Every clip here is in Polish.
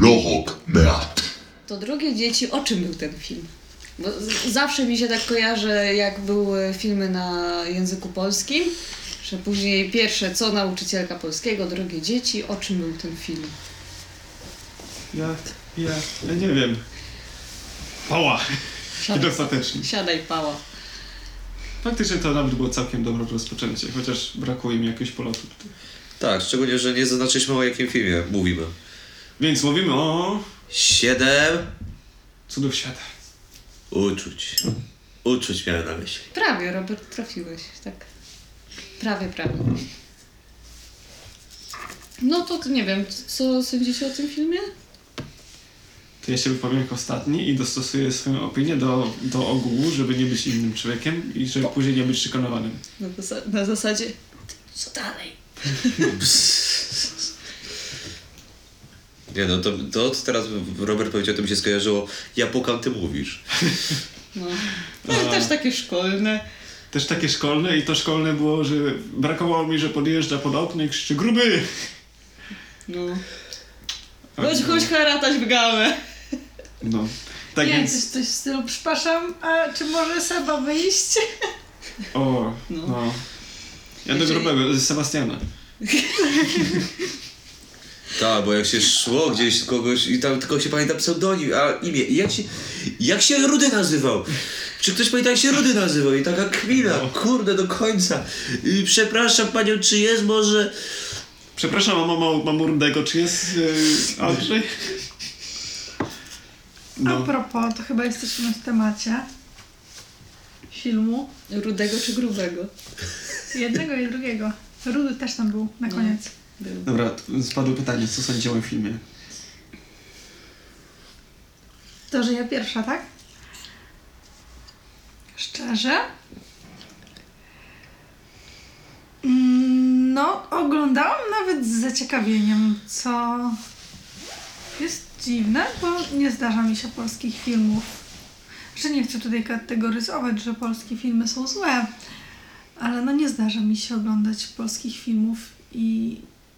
Lohok Beat. To Drogie dzieci, o czym był ten film? Bo zawsze mi się tak kojarzy, jak były filmy na języku polskim, że później pierwsze, co nauczycielka polskiego, Drogie dzieci, o czym był ten film? Ja nie wiem. Pała. I dostatecznie. Siadaj, pała. Faktycznie to nawet było całkiem dobre rozpoczęcie, chociaż brakuje mi jakiegoś polotu tutaj. Tak, szczególnie, że nie zaznaczyliśmy, o jakim filmie mówimy. Więc mówimy o 7 Cudów świata. uczuć. Uczuć miałem na myśli. Prawie, Robert, trafiłeś, tak. Prawie. No to nie wiem, co sądzicie o tym filmie? To ja się wypowiem jako ostatni i dostosuję swoją opinię do ogółu, żeby nie być innym człowiekiem i żeby później nie być szykanowanym. Na zasadzie, co dalej? Nie no, to co teraz Robert powiedział, to mi się skojarzyło. Ja pukam, ty mówisz. No, ale też takie szkolne. Też takie szkolne i to szkolne było, że brakowało mi, że podjeżdża pod okno i krzyczy gruby! No. Chodź haratać w gałę. No. Tak Nie, więc... coś w stylu, przepraszam, a czy może Seba wyjść? O, no. Ja do grubego, z Sebastiana. Tak, bo jak się szło gdzieś kogoś i tam tylko się pamięta pseudonim, a imię. Jak się Rudy nazywał? Czy ktoś pamięta, jak się Rudy nazywał? I taka kmina, kurde, do końca. I przepraszam panią, czy jest może... Przepraszam, mam Rudego, czy jest Andrzej? A propos, to chyba jesteśmy w temacie filmu. Rudego czy grubego? Jednego i drugiego. Rudy też tam był na koniec. Dobra, spadło pytanie, co sądzicie o filmie? To, że ja pierwsza, tak? Szczerze? No, oglądałam nawet z zaciekawieniem, co jest dziwne, bo nie zdarza mi się polskich filmów. Że nie chcę tutaj kategoryzować, że polskie filmy są złe, ale no nie zdarza mi się oglądać polskich filmów i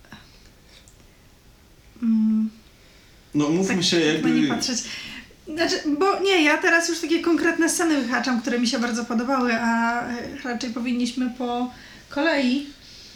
No mówmy tak, się jakby... nie patrzeć. Znaczy, bo nie, ja teraz już takie konkretne sceny wyhaczam, które mi się bardzo podobały, a raczej powinniśmy po kolei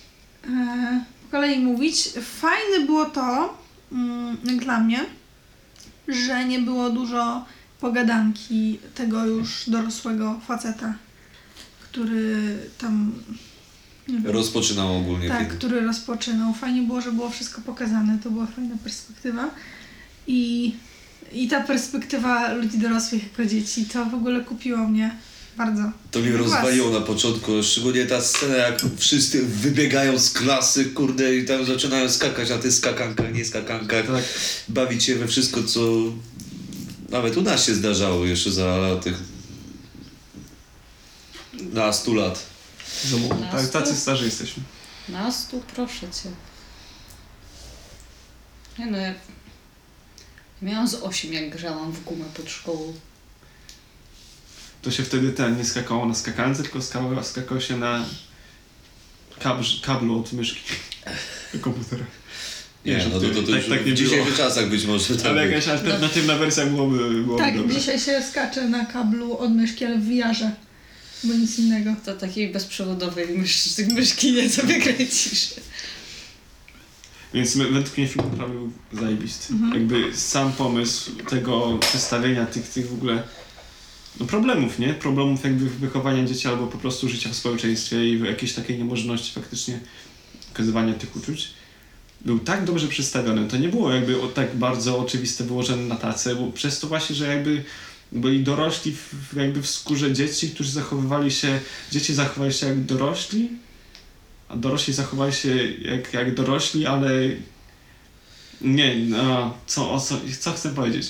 mówić. Fajne było to, jak dla mnie, że nie było dużo pogadanki tego już dorosłego faceta, który tam... Nie wiem, Rozpoczynał ogólnie tak, film. który rozpoczynał. Fajnie było, że było wszystko pokazane. To była fajna perspektywa. I ta perspektywa ludzi dorosłych jako dzieci, to w ogóle kupiło mnie bardzo. To mnie rozwaliło na początku, szczególnie ta scena, jak wszyscy wybiegają z klasy, kurde, i tam zaczynają skakać na tych skakankach, nie skakankach, Tak. bawić się we wszystko, co nawet u nas się zdarzało jeszcze za tych na 100 lat. Tak, tacy starzy jesteśmy. Nas tu, proszę cię. Nie no, ja miałam z 8, jak grzałam w gumę pod szkołą. To się wtedy nie skakało na skakance, tylko skakało się na kablu od myszki do komputera. Nie, no to już tak nie w dzisiejszych było. czasach być może tak. Ale jakaś alternatywna wersja byłoby Tak, dobra. dzisiaj się skacze na kablu od myszki, ale w VR-ze, bo nic innego. To takiej bezprzewodowej myszki nie sobie kręcisz. Więc według mnie film naprawdę był zajebisty. Jakby sam pomysł tego przedstawienia tych w ogóle problemów, nie? Problemów jakby wychowania dzieci albo po prostu życia w społeczeństwie i jakiejś takiej niemożności faktycznie okazywania tych uczuć był tak dobrze przedstawiony. To nie było jakby tak bardzo oczywiste wyłożone na tacę, bo przez to właśnie, że jakby byli dorośli jakby w skórze dzieci, którzy dzieci zachowali się jak dorośli, a dorośli zachowali się jak dorośli, ale nie, no, co chcę powiedzieć?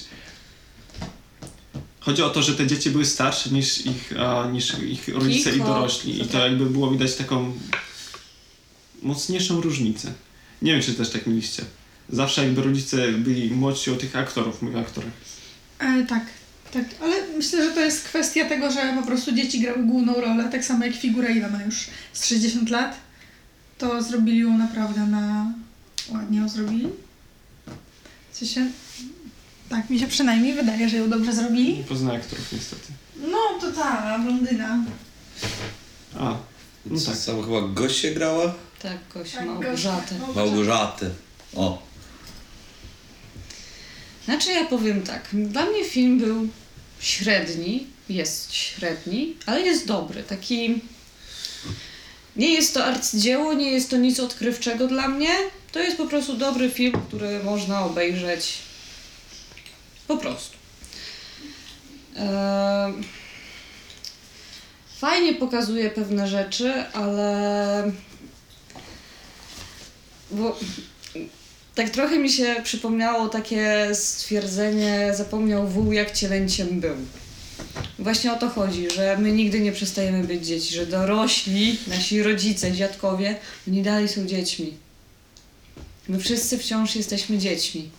Chodzi o to, że te dzieci były starsze niż ich rodzice i dorośli. I to jakby było widać taką mocniejszą różnicę. Nie wiem, czy też tak mieliście. Zawsze jakby rodzice byli młodsi od tych aktorów, mówię o aktorach. Tak, ale myślę, że to jest kwestia tego, że po prostu dzieci grały główną rolę, tak samo jak figura, ile ma już z 60 lat, to zrobili ją naprawdę ładnie ją zrobili. W sensie, tak mi się przynajmniej wydaje, że ją dobrze zrobili. Nie poznaję aktorów niestety. No, to ta blondyna. A, no tak. Sama chyba goście grała? Tak, Gosia, Tak, Małgorzatę. Małgorzatę. O. Znaczy ja powiem tak, dla mnie film był średni, jest średni, ale jest dobry, taki... Nie jest to arcydzieło, nie jest to nic odkrywczego dla mnie, to jest po prostu dobry film, który można obejrzeć po prostu. Fajnie pokazuje pewne rzeczy, ale... Bo tak trochę mi się przypomniało takie stwierdzenie, zapomniał wół jak cielęciem był. Właśnie o to chodzi, że my nigdy nie przestajemy być dzieci, że dorośli, nasi rodzice, dziadkowie, oni dalej są dziećmi. My wszyscy wciąż jesteśmy dziećmi.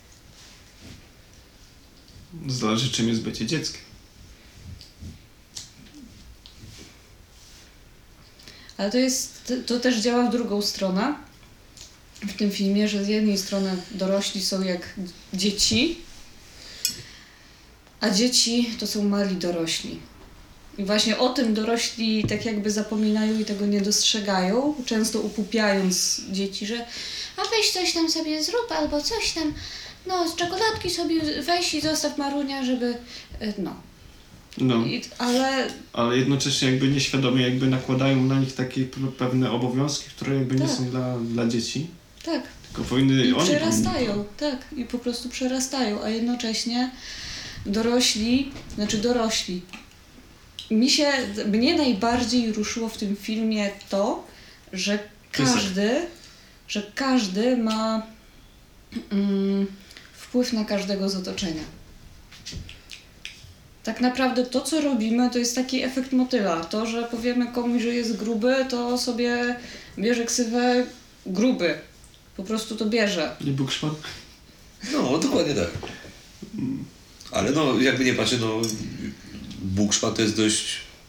Zależy czym jest bycie dzieckiem. Ale to też działa w drugą stronę w tym filmie, że z jednej strony dorośli są jak dzieci, a dzieci to są mali dorośli. I właśnie o tym dorośli tak jakby zapominają i tego nie dostrzegają, często upupiając dzieci, że a weź coś tam sobie zrób albo coś tam, no z czekoladki sobie weź i zostaw Marunia, żeby, no. No, ale jednocześnie jakby nieświadomie jakby nakładają na nich takie pewne obowiązki, które jakby nie Tak. są dla dzieci. Tak. Tylko powinny I oni przerastają, tak, i po prostu przerastają, a jednocześnie dorośli. Mnie najbardziej ruszyło w tym filmie to, że każdy ma wpływ na każdego z otoczenia. Tak naprawdę to, co robimy, to jest taki efekt motyla. To, że powiemy komuś, że jest gruby, to sobie bierze ksywę gruby. Po prostu to bierze. Nie Bukszman? No, dokładnie tak. Ale no, jakby nie patrzeć, no Bukszman to jest dość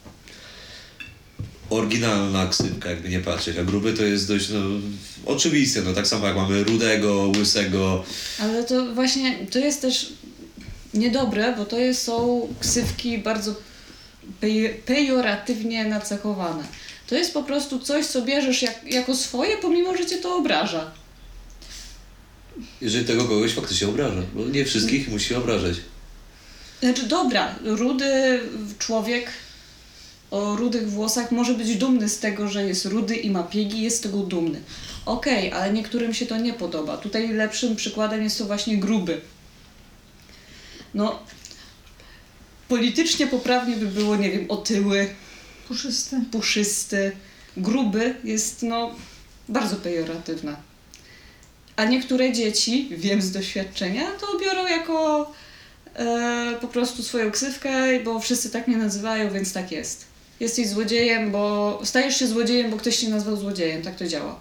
oryginalna ksywka, jakby nie patrzeć, a gruby to jest dość, no, oczywiste, no tak samo jak mamy rudego, łysego. Ale to właśnie, to jest też niedobre, bo są ksywki bardzo pejoratywnie nacechowane. To jest po prostu coś, co bierzesz jako swoje, pomimo że cię to obraża. Jeżeli tego kogoś faktycznie obraża, bo nie wszystkich musi obrażać. Znaczy dobra, rudy człowiek o rudych włosach może być dumny z tego, że jest rudy i ma piegi, jest z tego dumny. Okej, ale niektórym się to nie podoba. Tutaj lepszym przykładem jest to właśnie gruby. No, politycznie poprawnie by było, nie wiem, otyły, puszysty. Gruby jest, no, bardzo pejoratywne. A niektóre dzieci, wiem z doświadczenia, to biorą jako po prostu swoją ksywkę, bo wszyscy tak mnie nazywają, więc tak jest. Jesteś złodziejem, bo stajesz się złodziejem, bo ktoś cię nazwał złodziejem. Tak to działa.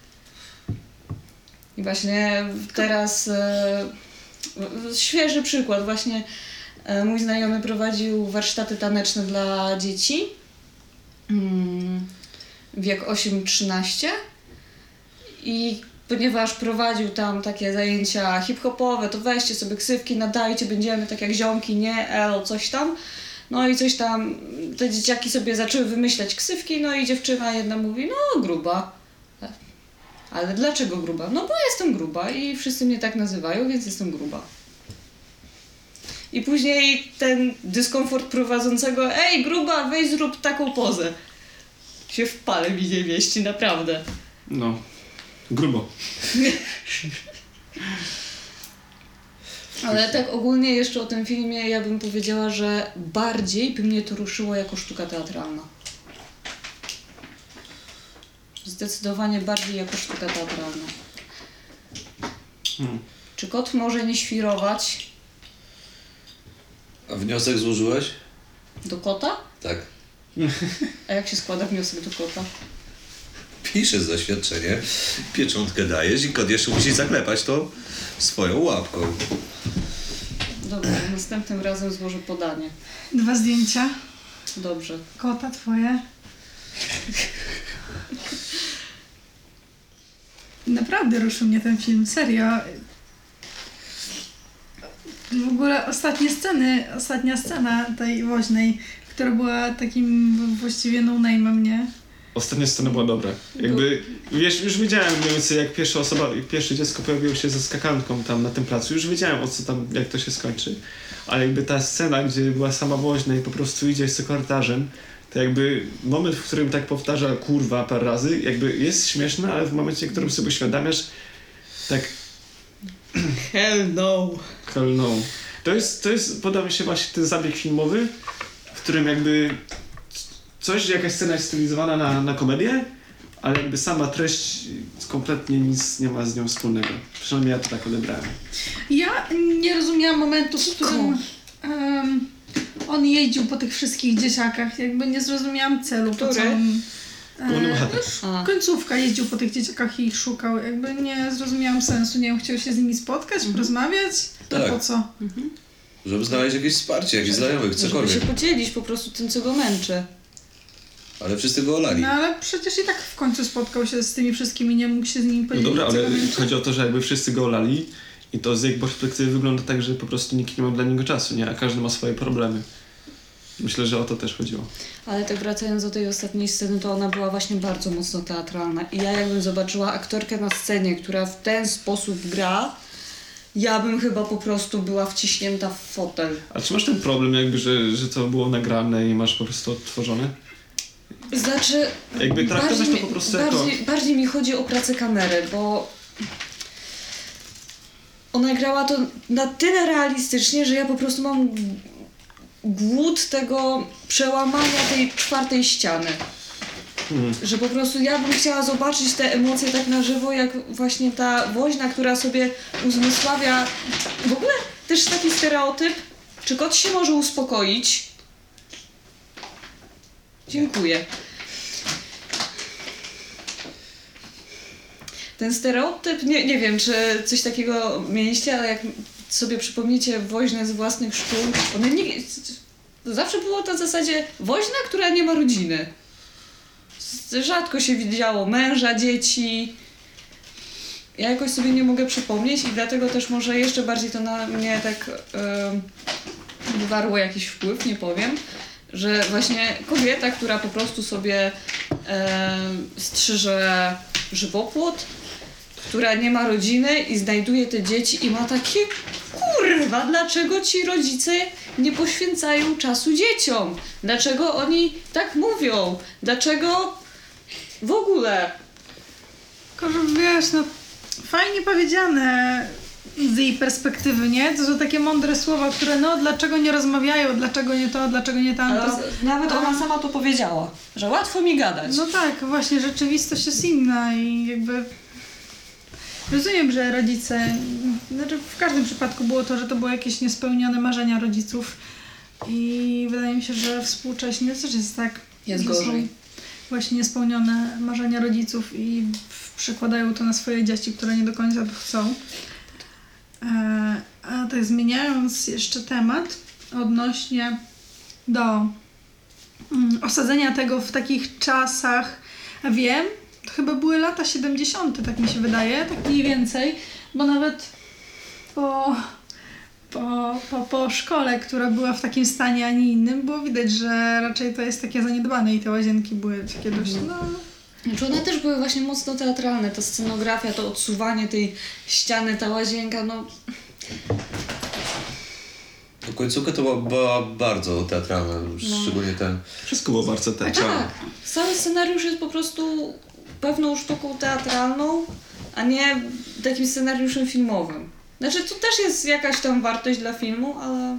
I właśnie teraz świeży przykład. Właśnie mój znajomy prowadził warsztaty taneczne dla dzieci. Wiek 8-13. I ponieważ prowadził tam takie zajęcia hip-hopowe, to weźcie sobie ksywki, nadajcie, będziemy tak jak ziomki, nie, elo, coś tam. No i coś tam, te dzieciaki sobie zaczęły wymyślać ksywki, no i dziewczyna jedna mówi, no gruba. Ale dlaczego gruba? No bo jestem gruba i wszyscy mnie tak nazywają, więc jestem gruba. I później ten dyskomfort prowadzącego, ej gruba, weź zrób taką pozę. Się w pale mi nie mieści, naprawdę. No, grubo. Ale tak ogólnie jeszcze o tym filmie ja bym powiedziała, że bardziej by mnie to ruszyło jako sztuka teatralna. Zdecydowanie bardziej jako sztuka teatralna. Czy kot może nie świrować A wniosek złożyłeś? do kota? Tak. A jak się składa wniosek do kota? Piszesz zaświadczenie, pieczątkę dajesz i kot jeszcze musi zaklepać to swoją łapką. Dobrze, następnym razem złożę podanie. 2 zdjęcia. Dobrze. Kota twoje. Naprawdę ruszył mnie ten film, serio. W ogóle ostatnia scena tej woźnej, która była takim właściwie no-name'em, nie? Ostatnia scena była dobra. Jakby, wiesz, już wiedziałem mniej więcej jak pierwsze dziecko pojawiło się ze skakanką tam na tym placu, już wiedziałem o co tam, jak to się skończy. Ale jakby ta scena, gdzie była sama woźna i po prostu idzie z korytarzem, to jakby moment, w którym tak powtarza kurwa parę razy, jakby jest śmieszne, ale w momencie, w którym sobie uświadamiasz, tak Hell no. hell no. To jest, podoba mi się właśnie ten zabieg filmowy, w którym jakby jakaś scena jest stylizowana na komedię, ale jakby sama treść kompletnie nic nie ma z nią wspólnego. Przynajmniej ja to tak odebrałem. Ja nie rozumiałam momentu, w którym on jeździł po tych wszystkich dzieciakach. Jakby nie zrozumiałam celu, po co Który? on... A. Końcówka jeździł po tych dzieciakach i ich szukał. Jakby nie zrozumiałam sensu. Nie wiem, chciał się z nimi spotkać, porozmawiać? Tak. Po co? Żeby znaleźć jakieś wsparcie, jakichś znajomych, Żeby cokolwiek. się podzielić po prostu tym, co go męczy. Ale wszyscy go olali. No ale przecież i tak w końcu spotkał się z tymi wszystkimi, nie mógł się z nimi No podzielić. dobra, ale co go męczy. chodzi o to, że jakby wszyscy go olali i to z jej perspektywy wygląda tak, że po prostu nikt nie ma dla niego czasu, nie? A każdy ma swoje problemy. Myślę, że o to też chodziło. Ale tak wracając do tej ostatniej sceny, to ona była właśnie bardzo mocno teatralna. I ja jakbym zobaczyła aktorkę na scenie, która w ten sposób gra, ja bym chyba po prostu była wciśnięta w fotel. A czy masz ten problem jakby, że to było nagrane i masz po prostu odtworzone? Znaczy, Jakby traktować to po prostu jako... bardziej mi chodzi o pracę kamery, bo ona grała to na tyle realistycznie, że ja po prostu mam głód tego przełamania tej czwartej ściany. Że po prostu ja bym chciała zobaczyć te emocje tak na żywo, jak właśnie ta woźna, która sobie uzmysławia... W ogóle też taki stereotyp, czy kot się może uspokoić? Dziękuję. Ten stereotyp, nie wiem, czy coś takiego mieliście, ale jak sobie przypomnicie woźne z własnych szkół, one nie... Zawsze było to w zasadzie woźna, która nie ma rodziny. Rzadko się widziało męża, dzieci. Ja jakoś sobie nie mogę przypomnieć i dlatego też może jeszcze bardziej to na mnie tak wywarło jakiś wpływ, nie powiem, że właśnie kobieta, która po prostu sobie strzyże żywopłot, która nie ma rodziny i znajduje te dzieci i ma takie kurwa, dlaczego ci rodzice nie poświęcają czasu dzieciom? Dlaczego oni tak mówią? Dlaczego w ogóle? Tylko, że wiesz, no fajnie powiedziane z jej perspektywy, nie? To są takie mądre słowa, które no dlaczego nie rozmawiają, dlaczego nie to, dlaczego nie tamto. Nawet ona sama to powiedziała, że łatwo mi gadać. No tak, właśnie rzeczywistość jest inna i jakby rozumiem, że rodzice, znaczy w każdym przypadku było to, że to były jakieś niespełnione marzenia rodziców i wydaje mi się, że współcześnie też jest tak. Jest że gorzej. są właśnie niespełnione marzenia rodziców i przekładają to na swoje dzieci, które nie do końca to chcą. A tak zmieniając jeszcze temat odnośnie do osadzenia tego w takich czasach, wiem, to chyba były lata 70, tak mi się wydaje, tak mniej więcej, bo nawet po szkole, która była w takim stanie, a nie innym, było widać, że raczej to jest takie zaniedbane i te łazienki były takie dość, Znaczy one też były właśnie mocno teatralne, ta scenografia, to odsuwanie tej ściany, ta łazienka, no... Końcówka to była bardzo teatralna, szczególnie ten... Wszystko było bardzo Tak, teatralne. cały scenariusz jest po prostu pewną sztuką teatralną, a nie takim scenariuszem filmowym. Znaczy to też jest jakaś tam wartość dla filmu, ale...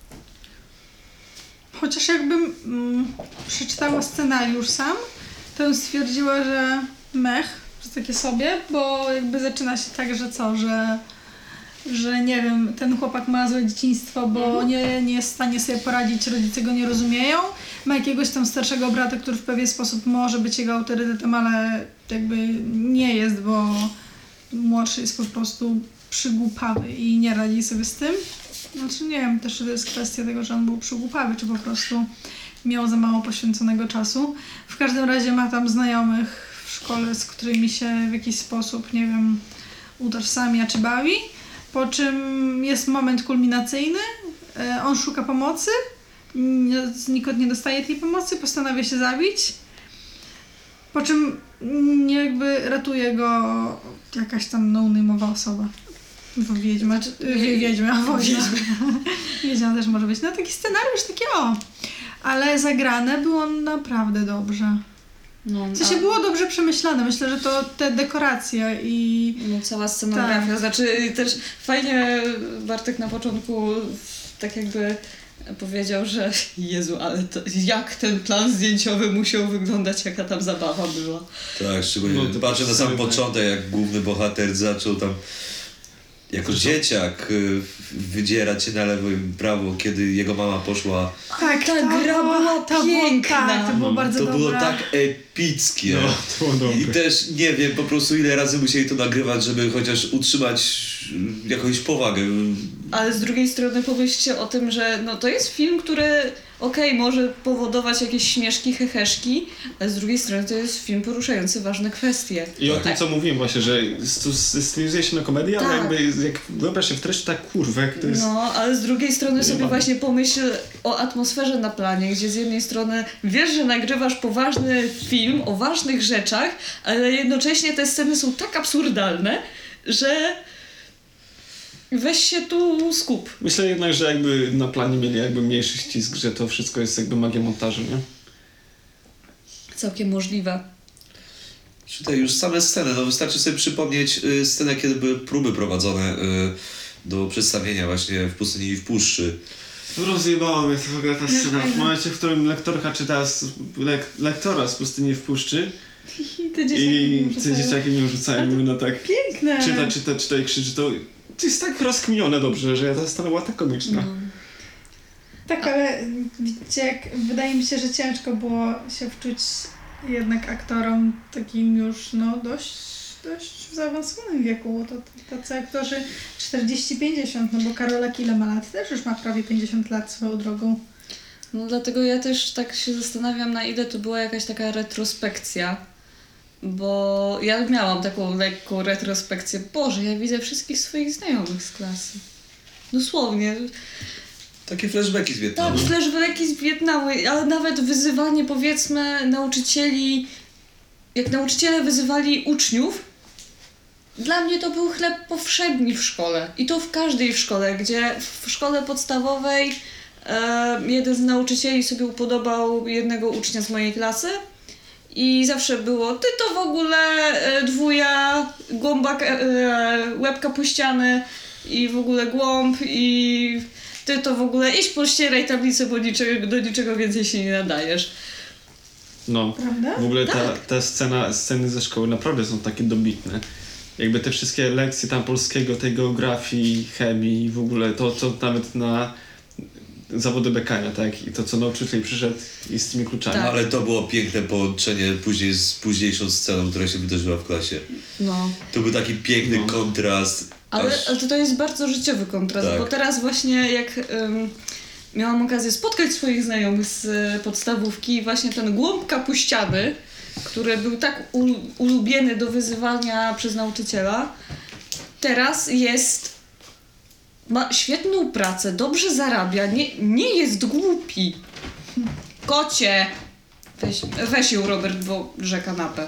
Chociaż jakbym przeczytała scenariusz sam, to bym stwierdziła, że że takie sobie, bo jakby zaczyna się tak, że co, że nie wiem, ten chłopak ma złe dzieciństwo, bo nie jest w stanie sobie poradzić, rodzice go nie rozumieją, ma jakiegoś tam starszego brata, który w pewien sposób może być jego autorytetem, ale jakby nie jest, bo młodszy jest po prostu przygłupawy i nie radzi sobie z tym. Znaczy nie wiem, też to jest kwestia tego, że on był przygłupawy, czy po prostu miał za mało poświęconego czasu. W każdym razie ma tam znajomych w szkole, z którymi się w jakiś sposób, nie wiem, utożsamia czy bawi. po czym jest moment kulminacyjny, on szuka pomocy, znikąd nie dostaje tej pomocy, postanawia się zabić, po czym jakby ratuje go jakaś tam no-name'owa osoba. Wiedźma, wiedźma. Wiedźma też może być. No taki scenariusz, takie ale zagrane było naprawdę dobrze. No, W sensie było dobrze przemyślane. Myślę, że to te dekoracje i... No, cała scenografia. Tak. Znaczy też fajnie Bartek na początku tak jakby powiedział, że Jezu, ale jak ten plan zdjęciowy musiał wyglądać, jaka tam zabawa była. Tak, szczególnie No, to patrzę na sam tak. początek, jak główny bohater zaczął tam jako dzieciak wydzierać się na lewo i prawo, kiedy jego mama poszła. Tak, ta gra była piękna. Tak, to było bardzo To dobre. było tak epickie. No, to było dobre. I też nie wiem po prostu ile razy musieli to nagrywać, żeby chociaż utrzymać jakąś powagę. Ale z drugiej strony pomyślcie o tym, że no to jest film, który może powodować jakieś śmieszki, heheszki, ale z drugiej strony to jest film poruszający ważne kwestie. I o Tak. tym, co mówiłem właśnie, że stylizuje się na komedię, ale Tak. jakby jak wyobraź się w treści, tak kurwa, jak to jest... No, ale z drugiej strony sobie Jebane. właśnie pomyśl o atmosferze na planie, gdzie z jednej strony wiesz, że nagrywasz poważny film o ważnych rzeczach, ale jednocześnie te sceny są tak absurdalne, że weź się tu skup. Myślę jednak, że jakby na planie mieli jakby mniejszy ścisk, że to wszystko jest jakby magia montażu, nie? Całkiem możliwe. Tutaj już same sceny, no wystarczy sobie przypomnieć scenę, kiedy były próby prowadzone do przedstawienia właśnie w pustyni i w puszczy. Rozjebała mnie to w ogóle ta scena. W momencie, w którym lektorka czytała lektora z pustyni w puszczy I te i dzieciaki te dzieciaki nie rzucają mi no tak piękne. czyta i krzyczy, to jest tak rozkminione dobrze, że ta scena była tak komiczna. No. Tak, ale widzicie, wydaje mi się, że ciężko było się wczuć jednak aktorom takim już dość w zaawansowanym wieku. To tacy aktorzy 40-50, no bo Karolek ile ma lat? Też już ma prawie 50 lat swoją drogą. No dlatego ja też tak się zastanawiam, na ile to była jakaś taka retrospekcja. Bo ja miałam taką lekką retrospekcję. Boże, ja widzę wszystkich swoich znajomych z klasy. Dosłownie. Takie flashbacki z Tak, Wietnamu. flashbacki z Wietnamu, ale nawet wyzywanie, powiedzmy, nauczycieli, jak nauczyciele wyzywali uczniów, dla mnie to był chleb powszedni w szkole. I to w każdej szkole, gdzie w szkole podstawowej jeden z nauczycieli sobie upodobał jednego ucznia z mojej klasy i zawsze było, ty to w ogóle dwuja, głąbak, łeb kapuściany i w ogóle głąb i ty to w ogóle idź pościeraj tablicę, bo do niczego więcej się nie nadajesz. No, Prawda? w ogóle te sceny ze szkoły naprawdę są takie dobitne. Jakby te wszystkie lekcje tam polskiego, tej geografii, chemii, w ogóle to, co nawet na zawody bekania, tak? I to, co nauczyciel przyszedł i z tymi kluczami. Tak. Ale to było piękne połączenie później z późniejszą sceną, która się wydarzyła w klasie. No. To był taki piękny kontrast. Ale aż- to jest bardzo życiowy kontrast, Tak. bo teraz właśnie jak miałam okazję spotkać swoich znajomych z podstawówki, właśnie ten głąb kapuściany, który był tak ulubiony do wyzywania przez nauczyciela, teraz ma świetną pracę, dobrze zarabia, nie jest głupi. Kocie! Weź ją, Robert, bo rzeka napę.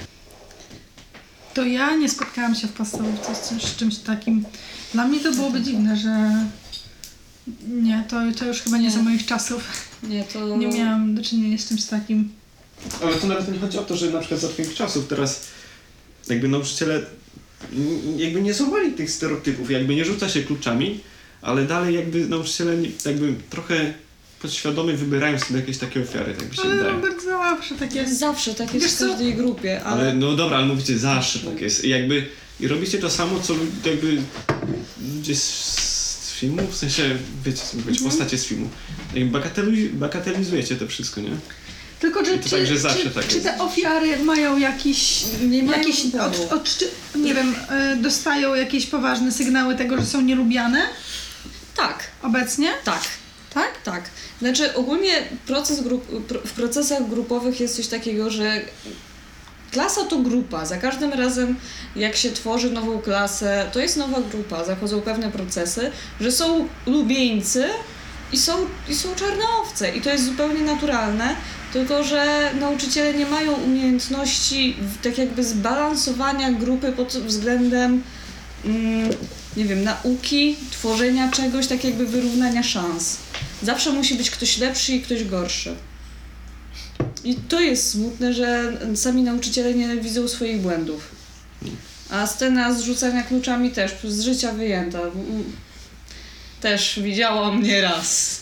To ja nie spotkałam się w podstawówce z czymś takim. Dla mnie to byłoby dziwne, że nie, to już chyba nie za moich czasów. Nie, to... Nie miałam do czynienia z czymś takim. Ale to nawet nie chodzi o to, że na przykład za twoich czasów teraz jakby nauczyciele jakby nie złamali tych stereotypów, jakby nie rzuca się kluczami, ale dalej jakby nauczyciele jakby trochę podświadomie wybierają sobie jakieś takie ofiary, tak mi się Ale wydaje. Robert zawsze tak jest. Zawsze tak jest Wiesz w co? każdej grupie, Ale no dobra, ale mówicie zawsze tak jest. I jakby robicie to samo, co jakby ludzie z filmu, w sensie, wiecie co mówić, postacie z filmu. Jakby bagatelizujecie to wszystko, nie? Tylko, że I to tak, że zawsze tak czy jest. te ofiary mają jakiś, Nie mają jakieś wyboru. nie wiem, dostają jakieś poważne sygnały tego, że są nielubiane Tak, obecnie? tak. Tak? Tak. Znaczy ogólnie w procesach grupowych jest coś takiego, że klasa to grupa. Za każdym razem, jak się tworzy nową klasę, to jest nowa grupa. Zachodzą pewne procesy, że są lubieńcy i są czarne owce. I to jest zupełnie naturalne. Tylko że nauczyciele nie mają umiejętności tak jakby zbalansowania grupy pod względem nie wiem, nauki, tworzenia czegoś, tak jakby wyrównania szans. Zawsze musi być ktoś lepszy i ktoś gorszy. I to jest smutne, że sami nauczyciele nie widzą swoich błędów. A scena zrzucania kluczami też z życia wyjęta. Też widziałam nieraz.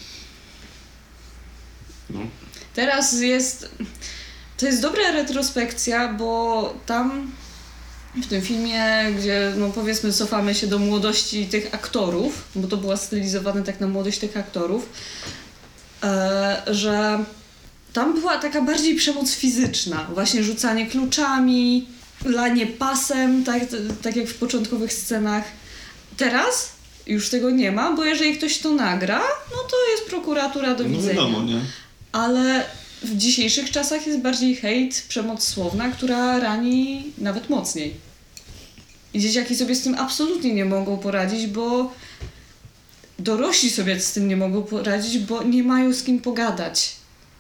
No. Teraz to jest dobra retrospekcja, bo tam w tym filmie, gdzie no powiedzmy cofamy się do młodości tych aktorów, bo to była stylizowane tak na młodość tych aktorów, że tam była taka bardziej przemoc fizyczna, właśnie rzucanie kluczami, lanie pasem, tak jak w początkowych scenach. Teraz już tego nie ma, bo jeżeli ktoś to nagra, no to jest prokuratura do widzenia. No wiadomo, nie? Ale w dzisiejszych czasach jest bardziej hejt, przemoc słowna, która rani nawet mocniej. I dzieciaki sobie z tym absolutnie nie mogą poradzić, bo dorośli sobie z tym nie mogą poradzić, bo nie mają z kim pogadać.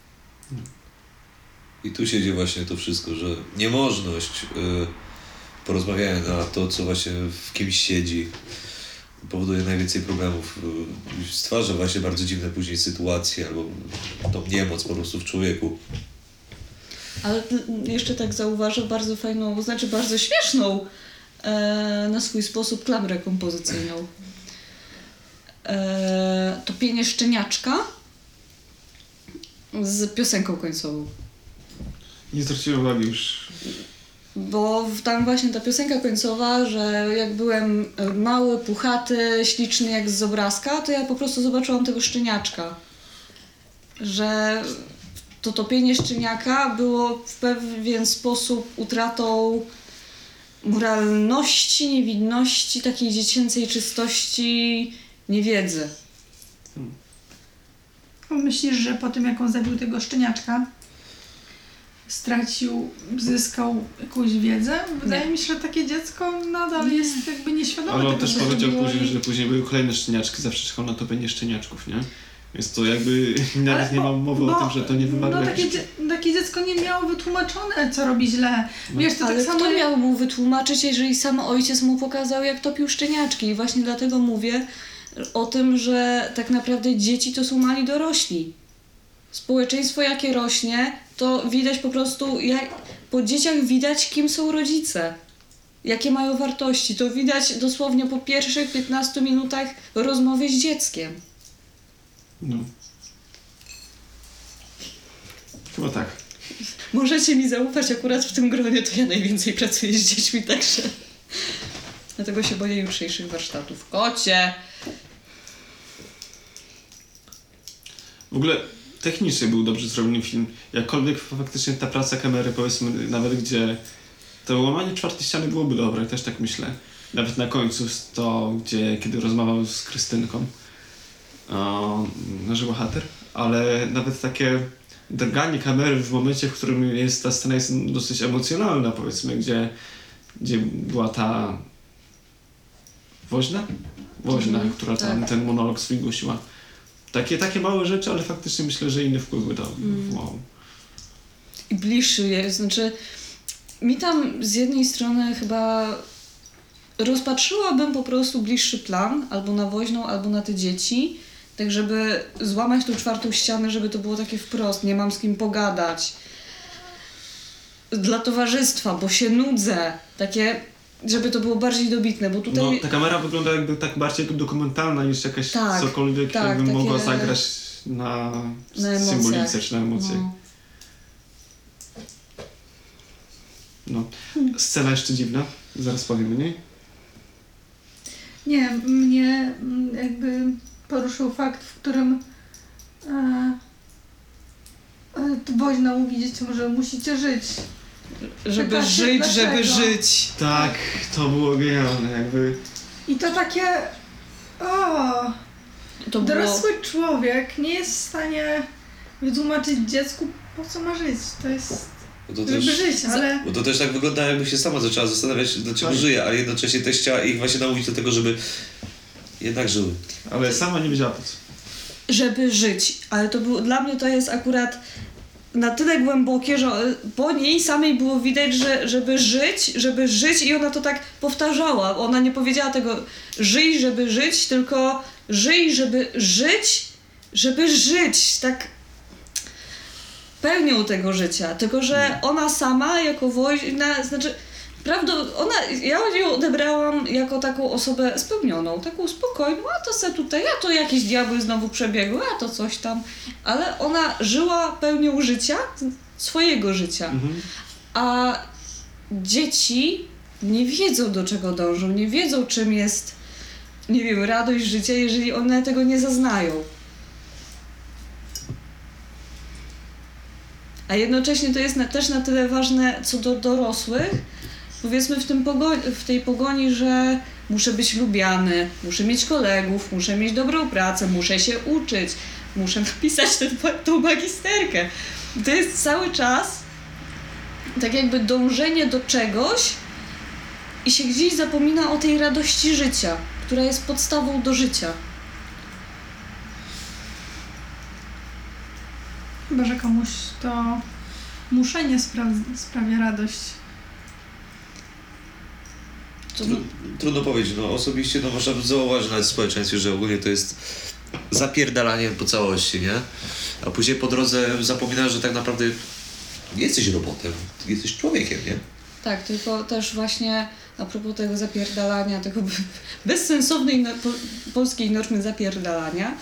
I tu siedzi właśnie to wszystko, że niemożność porozmawiania na to, co właśnie w kimś siedzi, powoduje najwięcej problemów. Stwarza właśnie bardzo dziwne później sytuacje albo tą niemoc po prostu w człowieku. Ale jeszcze tak zauważę bardzo fajną, znaczy bardzo śmieszną na swój sposób klamrę kompozycyjną. Topienie szczeniaczka z piosenką końcową. Nie zwróciłem uwagi już. Bo tam właśnie ta piosenka końcowa, że jak byłem mały, puchaty, śliczny jak z obrazka, to ja po prostu zobaczyłam tego szczeniaczka. Że to topienie szczeniaka było w pewien sposób utratą moralności, niewinności, takiej dziecięcej czystości, niewiedzy. Myślisz, że po tym, jak on zabił tego szczeniaczka, zyskał jakąś wiedzę? Wydaje mi się, że takie dziecko nadal jest jakby nieświadome Ale on tego, też co powiedział zrobiło później, i- że później były kolejne szczeniaczki, zawsze czekał na topienie szczeniaczków, nie? Więc to jakby nawet Ale nie ma mowy o tym, że to nie wymaga No jakichś... takie dziecko nie miało wytłumaczone, co robi źle. Wiesz, to Ale tak samo... kto miał mu wytłumaczyć, jeżeli sam ojciec mu pokazał, jak topił szczeniaczki? I właśnie dlatego mówię o tym, że tak naprawdę dzieci to są mali dorośli. Społeczeństwo jakie rośnie, to widać po prostu, po dzieciach widać, kim są rodzice. Jakie mają wartości. To widać dosłownie po pierwszych 15 minutach rozmowy z dzieckiem. No. Chyba tak. Możecie mi zaufać, akurat w tym gronie to ja najwięcej pracuję z dziećmi, także... Dlatego się boję jutrzejszych warsztatów. Kocie! W ogóle technicznie był dobrze zrobiony film. Jakkolwiek faktycznie ta praca kamery, powiedzmy, nawet gdzie to łamanie czwartej ściany byłoby dobre, też tak myślę. Nawet na końcu kiedy rozmawiał z Krystynką, nasz bohater, ale nawet takie drganie kamery w momencie, w którym ta scena jest dosyć emocjonalna, powiedzmy, gdzie była ta woźna, która tam ten monolog swój głosiła. Takie małe rzeczy, ale faktycznie myślę, że inne wpływy dał. Wow. I bliższy jest, znaczy mi tam z jednej strony chyba rozpatrzyłabym po prostu bliższy plan, albo na woźną, albo na te dzieci, tak żeby złamać tą czwartą ścianę, żeby to było takie wprost, nie mam z kim pogadać. Dla towarzystwa, bo się nudzę, takie, żeby to było bardziej dobitne, bo tutaj... No, ta kamera wygląda jakby tak bardziej dokumentalna niż jakaś Tak, cokolwiek tak, jakby takie- mogła zagrać na emocjach. symbolice czy na emocjach. No. No. Scena jeszcze dziwna, zaraz powiem o niej. Nie, mnie jakby poruszył fakt, w którym woźna mówi dzieciom, że musicie żyć. Żeby Pyta się, żyć, żeby dlaczego? żyć. Tak, to było genialne, jakby... I to takie... To było... Dorosły człowiek nie jest w stanie wytłumaczyć dziecku, po co ma żyć. To jest... Bo to Żeby też, żyć, ale... bo to też tak wygląda, jakby się sama zaczęła zastanawiać, dlaczego żyje, ale jednocześnie też chciała ich właśnie namówić do tego, żeby jednak żyły. Ale sama nie wiedziała po co. Żeby żyć, ale to był, dla mnie to jest akurat na tyle głębokie, że po niej samej było widać, że żeby żyć i ona to tak powtarzała. Ona nie powiedziała tego żyj, żeby żyć, tylko żyj, żeby żyć, tak pełnią tego życia. Tylko, że ona sama jako wojna, znaczy ja ją odebrałam jako taką osobę spełnioną, taką spokojną, a to se tutaj, a to jakieś diabły znowu przebiegły, a to coś tam. Ale ona żyła pełnią życia, swojego życia. A dzieci nie wiedzą, do czego dążą, nie wiedzą, czym jest, nie wiem, radość życia, jeżeli one tego nie zaznają. A jednocześnie to jest też na tyle ważne co do dorosłych, powiedzmy w tej pogoni, że muszę być lubiany, muszę mieć kolegów, muszę mieć dobrą pracę, muszę się uczyć, muszę napisać tą magisterkę. To jest cały czas tak jakby dążenie do czegoś i się gdzieś zapomina o tej radości życia, która jest podstawą do życia. Chyba, że komuś to muszenie sprawia radość. Trudno powiedzieć, no osobiście no można zauważyć nawet w społeczeństwie, że ogólnie to jest zapierdalanie po całości, nie? A później po drodze zapominasz, że tak naprawdę nie jesteś robotem, jesteś człowiekiem, nie? Tak, tylko też właśnie a propos tego zapierdalania, tego bezsensownej polskiej normy zapierdalania,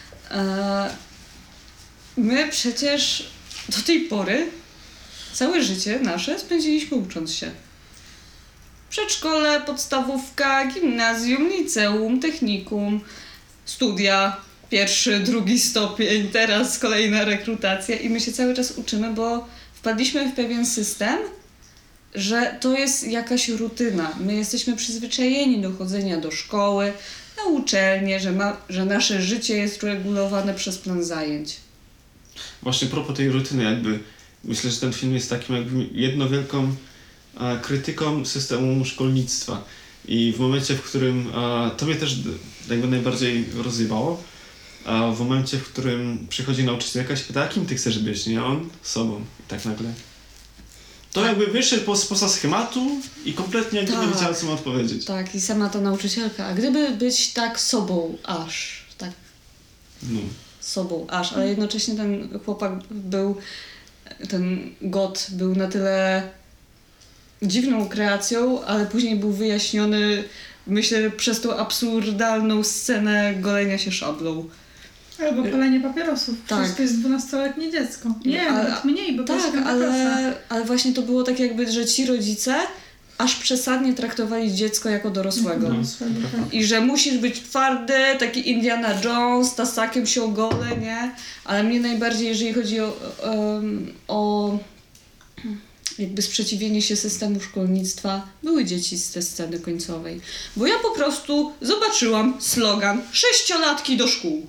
my przecież do tej pory całe życie nasze spędziliśmy ucząc się. Przedszkole, podstawówka, gimnazjum, liceum, technikum, studia, 1., 2 stopień, teraz kolejna rekrutacja i my się cały czas uczymy, bo wpadliśmy w pewien system, że to jest jakaś rutyna. My jesteśmy przyzwyczajeni do chodzenia do szkoły, na uczelnię, że nasze życie jest regulowane przez plan zajęć. Właśnie propos tej rutyny, jakby myślę, że ten film jest takim jakby jedną wielką krytyką systemu szkolnictwa. I w momencie, w którym to mnie też jakby najbardziej rozjebało, a w momencie, w którym przychodzi nauczycielka i się pyta, kim ty chcesz być, nie? On sobą. I tak nagle. To jakby wyszedł spoza schematu i kompletnie jakby nie wiedziała, co ma odpowiedzieć. Tak, i sama ta nauczycielka. A gdyby być tak sobą aż, tak sobą aż, ale jednocześnie ten chłopak ten God był na tyle dziwną kreacją, ale później był wyjaśniony, myślę, przez tą absurdalną scenę golenia się szablą. Albo palenie papierosów. Tak. Przecież to jest 12-letnie dziecko. Nie, nawet mniej, bo to jest tak, ale właśnie to było tak jakby, że ci rodzice aż przesadnie traktowali dziecko jako dorosłego. Tak. I że musisz być twardy, taki Indiana Jones, tasakiem się ogolę, nie? Ale mnie najbardziej, jeżeli chodzi o jakby sprzeciwienie się systemu szkolnictwa, były dzieci z tej sceny końcowej. Bo ja po prostu zobaczyłam slogan 6-latki do szkół.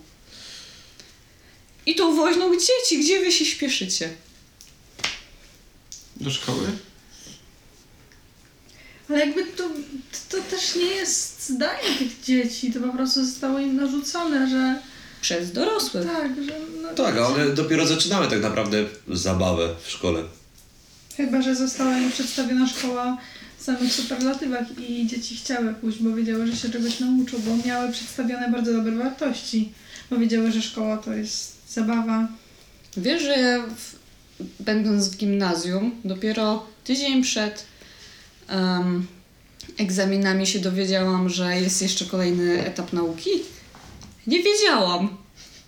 I tą woźną dzieci, gdzie wy się śpieszycie? Do szkoły? Ale jakby to też nie jest zdanie tych dzieci, to po prostu zostało im narzucone, że... Przez dorosłych. Tak, że... No, Tak, a one dopiero zaczynały tak naprawdę zabawę w szkole. Chyba, że została im przedstawiona szkoła w samych superlatywach i dzieci chciały pójść, bo wiedziały, że się czegoś nauczą, bo miały przedstawione bardzo dobre wartości, bo wiedziały, że szkoła to jest zabawa. Wiesz, że ja będąc w gimnazjum, dopiero tydzień przed egzaminami się dowiedziałam, że jest jeszcze kolejny etap nauki? Nie wiedziałam.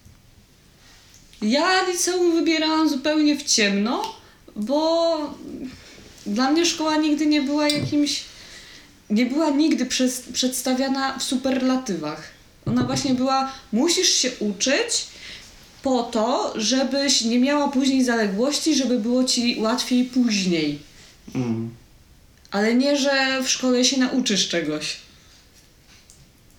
Ja liceum wybierałam zupełnie w ciemno, bo dla mnie szkoła nigdy nie była nigdy przedstawiana w superlatywach. Ona właśnie była, musisz się uczyć po to, żebyś nie miała później zaległości, żeby było ci łatwiej później. Ale nie, że w szkole się nauczysz czegoś.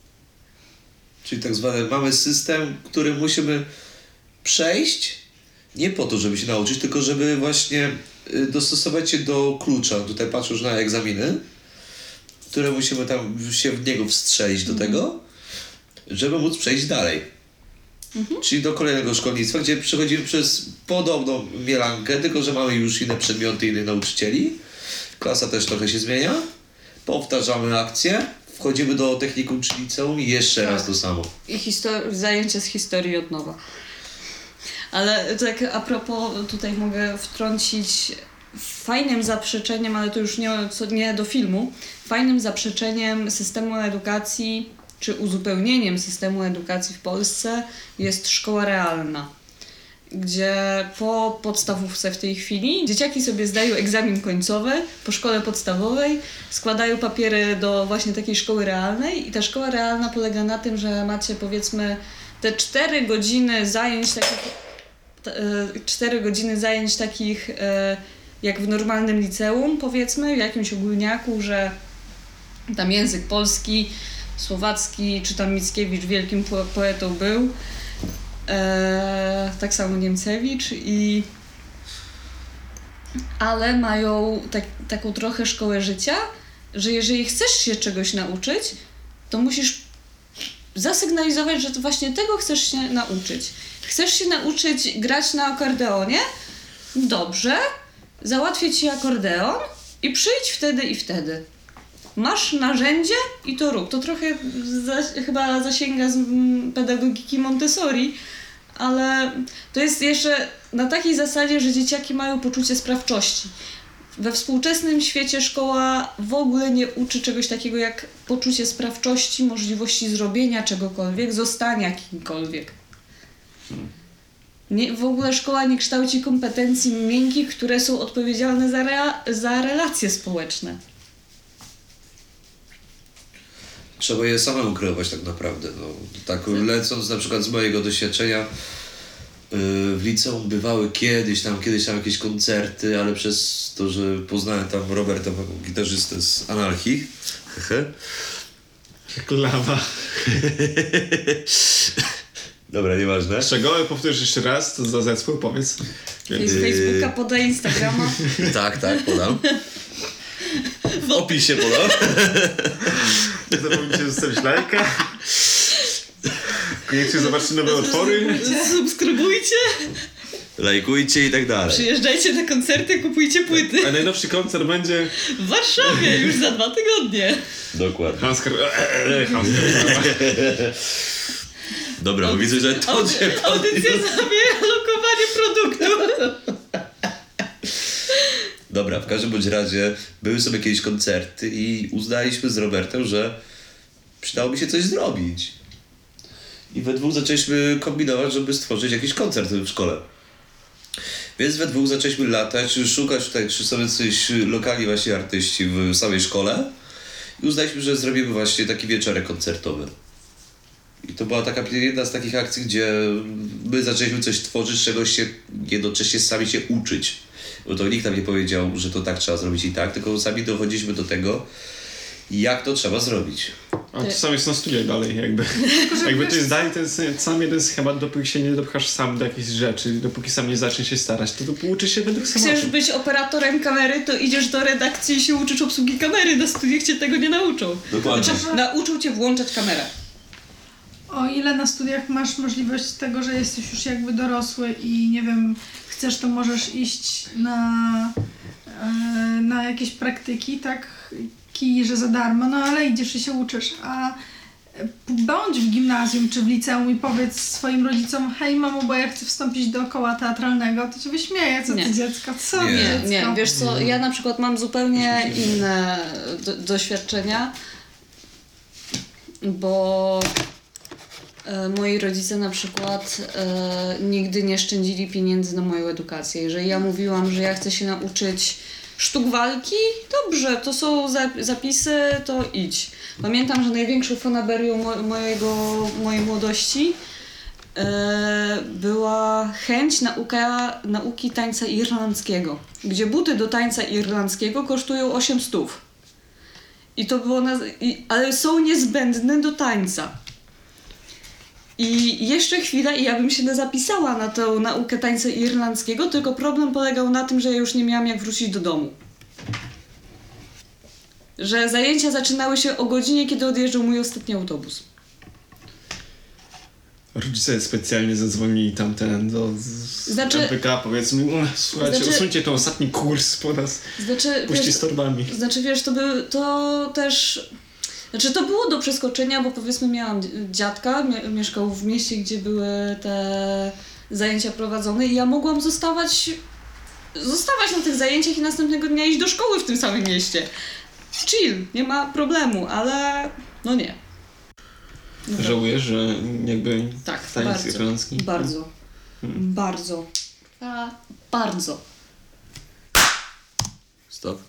Czyli tak zwane mamy system, który musimy przejść, nie po to, żeby się nauczyć, tylko żeby właśnie dostosować się do klucza. Tutaj patrzę już na egzaminy, które musimy tam się w niego wstrzelić do tego, żeby móc przejść dalej. Czyli do kolejnego szkolnictwa, gdzie przechodzimy przez podobną mielankę, tylko że mamy już inne przedmioty, innych nauczycieli. Klasa też trochę się zmienia. Powtarzamy akcję, wchodzimy do technikum czy liceum i jeszcze raz to samo. I zajęcia z historii od nowa. Ale tak a propos, tutaj mogę wtrącić fajnym zaprzeczeniem, ale to już nie do filmu, fajnym zaprzeczeniem systemu edukacji, czy uzupełnieniem systemu edukacji w Polsce jest szkoła realna, gdzie po podstawówce w tej chwili dzieciaki sobie zdają egzamin końcowy po szkole podstawowej, składają papiery do właśnie takiej szkoły realnej i ta szkoła realna polega na tym, że macie powiedzmy te 4 godziny zajęć takich jak w normalnym liceum, powiedzmy, w jakimś ogólniaku, że tam język polski, słowacki, czy tam Mickiewicz wielkim poetą był, tak samo Niemcewicz, ale mają taką trochę szkołę życia, że jeżeli chcesz się czegoś nauczyć, to musisz zasygnalizować, że to właśnie tego chcesz się nauczyć. Chcesz się nauczyć grać na akordeonie? Dobrze, załatwię ci akordeon i przyjdź wtedy i wtedy. Masz narzędzie i to rób. To trochę chyba zasięga z pedagogiki Montessori, ale to jest jeszcze na takiej zasadzie, że dzieciaki mają poczucie sprawczości. We współczesnym świecie szkoła w ogóle nie uczy czegoś takiego jak poczucie sprawczości, możliwości zrobienia czegokolwiek, zostania kimkolwiek. W ogóle szkoła nie kształci kompetencji miękkich, które są odpowiedzialne za relacje społeczne. Trzeba je samemu kreować tak naprawdę. No, tak lecąc na przykład z mojego doświadczenia, w liceum bywały kiedyś tam jakieś koncerty, ale przez to, że poznałem tam Roberta, gitarzystę z Anarchii. Jak lawa. Dobra, nieważne. Czego? Powtórz jeszcze raz, to za zespół powiedz. Facebooka, podaj Instagrama. Tak, podam. W opisie podam. Nie zapomnijcie zostawić lajka. Koniecznie zobaczcie nowe utwory. Subskrybujcie. Lajkujcie i tak dalej. Przyjeżdżajcie na koncerty, kupujcie płyty. A najnowszy koncert będzie W Warszawie już za 2 tygodnie. Dokładnie. Hanskar. Dobra, bo widzę, że to cię... Audycja zawiera lokowanie produktu. Dobra, w każdym bądź razie były sobie jakieś koncerty i uznaliśmy z Robertem, że przydałoby się coś zrobić. I we dwóch zaczęliśmy kombinować, żeby stworzyć jakiś koncert w szkole. Więc we dwóch zaczęliśmy latać, szukać tutaj, czy są jacyś lokali właśnie artyści w samej szkole. I uznaliśmy, że zrobimy właśnie taki wieczorek koncertowy. I to była taka jedna z takich akcji, gdzie my zaczęliśmy coś tworzyć, czegoś się jednocześnie sami się uczyć. Bo to nikt nam nie powiedział, że to tak trzeba zrobić i tak, tylko sami dochodziliśmy do tego, jak to trzeba zrobić. A to sam jest na studiach dalej, jakby. Jakby to jest dalej ten sam jeden schemat, dopóki się nie dopchasz sam do jakichś rzeczy, dopóki sam nie zaczniesz się starać, to uczysz się według schematu. Chcesz być operatorem kamery, to idziesz do redakcji i się uczysz obsługi kamery. Na studiach cię tego nie nauczą. Dokładnie. Znaczy, nauczą cię włączać kamerę. O ile na studiach masz możliwość tego, że jesteś już jakby dorosły i nie wiem, chcesz, to możesz iść na jakieś praktyki, tak? Że za darmo, no ale idziesz i się uczysz, a bądź w gimnazjum czy w liceum i powiedz swoim rodzicom: hej mamo, bo ja chcę wstąpić do koła teatralnego, to cię wyśmieje, co ty dziecko, co Nie. ty dziecko? Nie, wiesz co, ja na przykład mam zupełnie inne doświadczenia, bo moi rodzice na przykład nigdy nie szczędzili pieniędzy na moją edukację. Jeżeli ja mówiłam, że ja chcę się nauczyć sztuk walki, dobrze, to są zapisy, to idź. Pamiętam, że największą fanaberią mojej młodości była chęć nauki tańca irlandzkiego, gdzie buty do tańca irlandzkiego kosztują 800. I to było ale są niezbędne do tańca. I jeszcze chwilę i ja bym się zapisała na tę naukę tańca irlandzkiego, tylko problem polegał na tym, że ja już nie miałam jak wrócić do domu. Że zajęcia zaczynały się o godzinie, kiedy odjeżdżał mój ostatni autobus. Rodzice specjalnie zadzwonili tamten do Znaczy- MPK, powiedzmy, słuchajcie, Znaczy- usuńcie ten ostatni kurs po nas, puści z torbami. Wiesz, to też... Znaczy to było do przeskoczenia, bo powiedzmy miałam dziadka, mieszkał w mieście, gdzie były te zajęcia prowadzone i ja mogłam zostawać na tych zajęciach i następnego dnia iść do szkoły w tym samym mieście. Chill, nie ma problemu, ale no nie. No Żałujesz, że jakby tak, taniec bardzo, irlandzki? bardzo, bardzo, bardzo. Stop.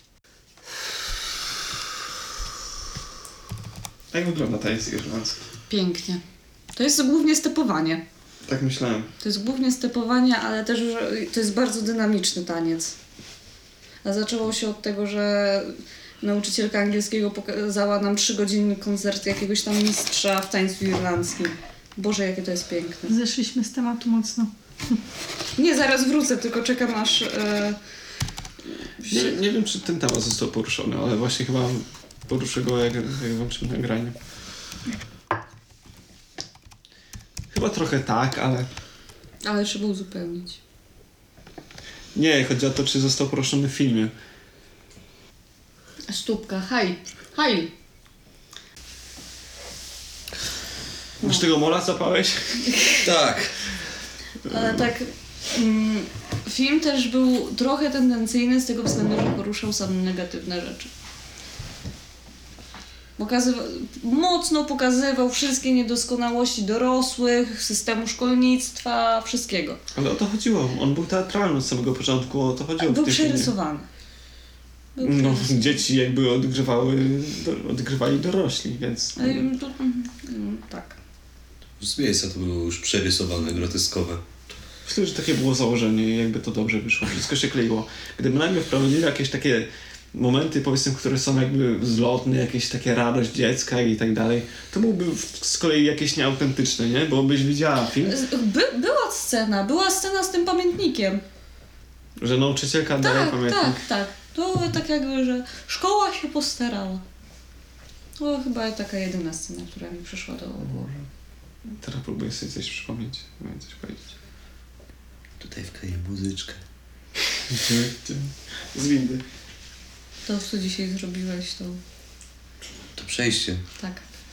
Jak wygląda taniec irlandzki? Pięknie. To jest głównie stepowanie. Tak myślałem. To jest głównie stepowanie, ale też że to jest bardzo dynamiczny taniec. A zaczęło się od tego, że nauczycielka angielskiego pokazała nam 3-godzinny koncert jakiegoś tam mistrza w tańcu irlandzkim. Boże, jakie to jest piękne. Zeszliśmy z tematu mocno. Nie, zaraz wrócę, tylko czekam aż... Nie wiem, czy ten temat został poruszony, ale właśnie chyba poruszę go, jak włączymy nagranie. Chyba trochę tak, ale... Ale trzeba uzupełnić. Nie, chodzi o to, czy został poruszony w filmie. Stópka, haj. Już tego mola zapałeś? Tak. Ale tak... film też był trochę tendencyjny z tego względu, że poruszał same negatywne rzeczy. Mocno pokazywał wszystkie niedoskonałości dorosłych, systemu szkolnictwa, wszystkiego. Ale o to chodziło. On był teatralny od samego początku, o to chodziło Był w tym filmie. przerysowany. No, dzieci jakby odgrywali dorośli, więc... Tak. Z miejsca to było już przerysowane, groteskowe. Myślę, że takie było założenie i jakby to dobrze wyszło. Wszystko się kleiło. Gdyby nagle wprowadzili jakieś takie momenty, powiedzmy, które są jakby zlotne, jakieś takie radość dziecka i tak dalej, to byłby z kolei jakieś nieautentyczne, nie? Bo byś widziała film, Była scena z tym pamiętnikiem. że nauczycielka daje pamiętnik. Tak. To tak jakby, że szkoła się postarała. To chyba taka jedyna scena, która mi przyszła do głowy. Teraz próbuję sobie coś przypomnieć, miałem coś powiedzieć. Tutaj wkleję muzyczkę. Z windy. To, co dzisiaj zrobiłeś, to To przejście. tak.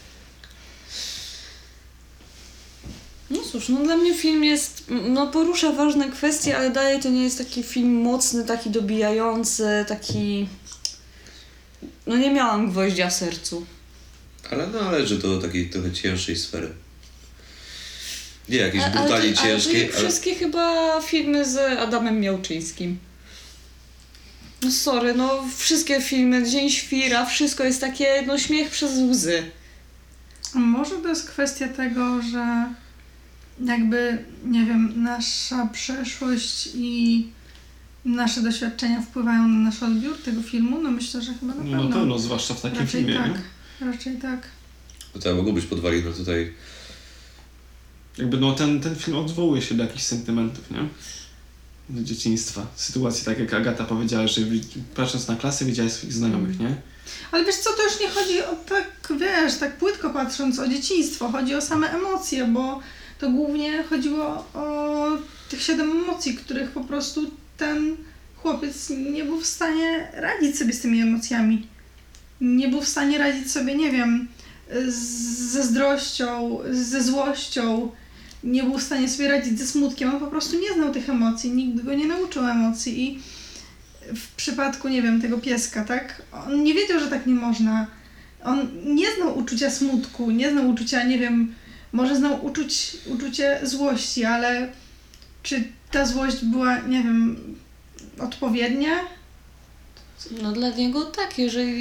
No cóż, no dla mnie film jest, porusza ważne kwestie, ale dalej to nie jest taki film mocny, taki dobijający, taki... No nie miałam gwoździa w sercu. Ale należy do takiej trochę cięższej sfery. Nie jakiejś brutalnie ciężkiej, ale... Wszystkie chyba filmy z Adamem Miałczyńskim. No sorry, wszystkie filmy, Dzień Świra, wszystko jest takie, śmiech przez łzy. A może to jest kwestia tego, że jakby, nie wiem, nasza przeszłość i nasze doświadczenia wpływają na nasz odbiór tego filmu? No myślę, że chyba na pewno. No na pewno, zwłaszcza w takim Raczej filmie, tak. nie? Raczej tak. No to mogą być podwaliny tutaj. Jakby ten film odwołuje się do jakichś sentymentów, nie? Do dzieciństwa. Sytuacji, tak jak Agata powiedziała, że patrząc na klasę widziałeś swoich znajomych, nie? Ale wiesz co, to już nie chodzi o tak, wiesz, tak płytko patrząc o dzieciństwo, chodzi o same emocje, bo to głównie chodziło o tych 7 emocji, których po prostu ten chłopiec nie był w stanie radzić sobie z tymi emocjami. Nie był w stanie radzić sobie, nie wiem, ze zazdrością, ze złością, nie był w stanie sobie radzić ze smutkiem, on po prostu nie znał tych emocji, nikt go nie nauczył emocji i w przypadku, nie wiem, tego pieska, tak, on nie wiedział, że tak nie można, on nie znał uczucia smutku, nie znał uczucia, nie wiem, może znał uczucie złości, ale czy ta złość była, nie wiem, odpowiednia? No dla niego tak,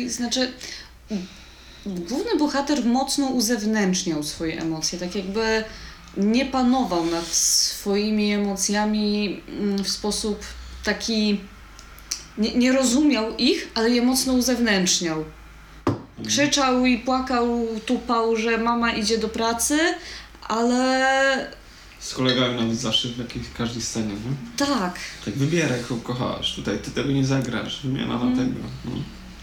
główny bohater mocno uzewnętrzniał swoje emocje, tak jakby nie panował nad swoimi emocjami w sposób taki, nie rozumiał ich, ale je mocno uzewnętrzniał. Krzyczał i płakał, tupał, że mama idzie do pracy, ale Z kolegami nawet zawsze w jakiejś każdej scenie, nie? tak. Tak wybieraj, kogo kochasz. Tutaj ty tego nie zagrasz. Wymiana na tego. No.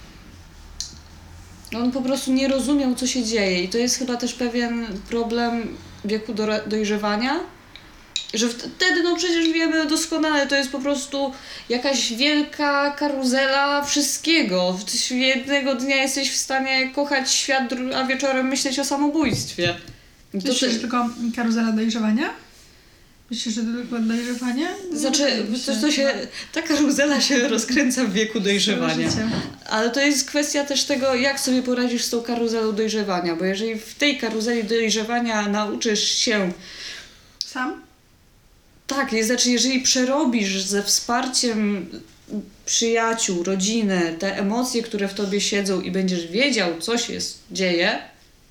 On po prostu nie rozumiał, co się dzieje i to jest chyba też pewien problem wieku dojrzewania, że wtedy, no przecież wiemy doskonale, to jest po prostu jakaś wielka karuzela wszystkiego. Jednego dnia jesteś w stanie kochać świat, a wieczorem myśleć o samobójstwie. I to Myślisz, że tylko karuzela dojrzewania? Myślisz, że to tylko dojrzewanie? Znaczy, ta karuzela się rozkręca w wieku dojrzewania. Całe życie. Ale to jest kwestia też tego, jak sobie poradzisz z tą karuzelą dojrzewania, bo jeżeli w tej karuzeli dojrzewania nauczysz się, Sam? tak, znaczy jeżeli przerobisz ze wsparciem przyjaciół, rodziny, te emocje, które w tobie siedzą i będziesz wiedział, co się dzieje,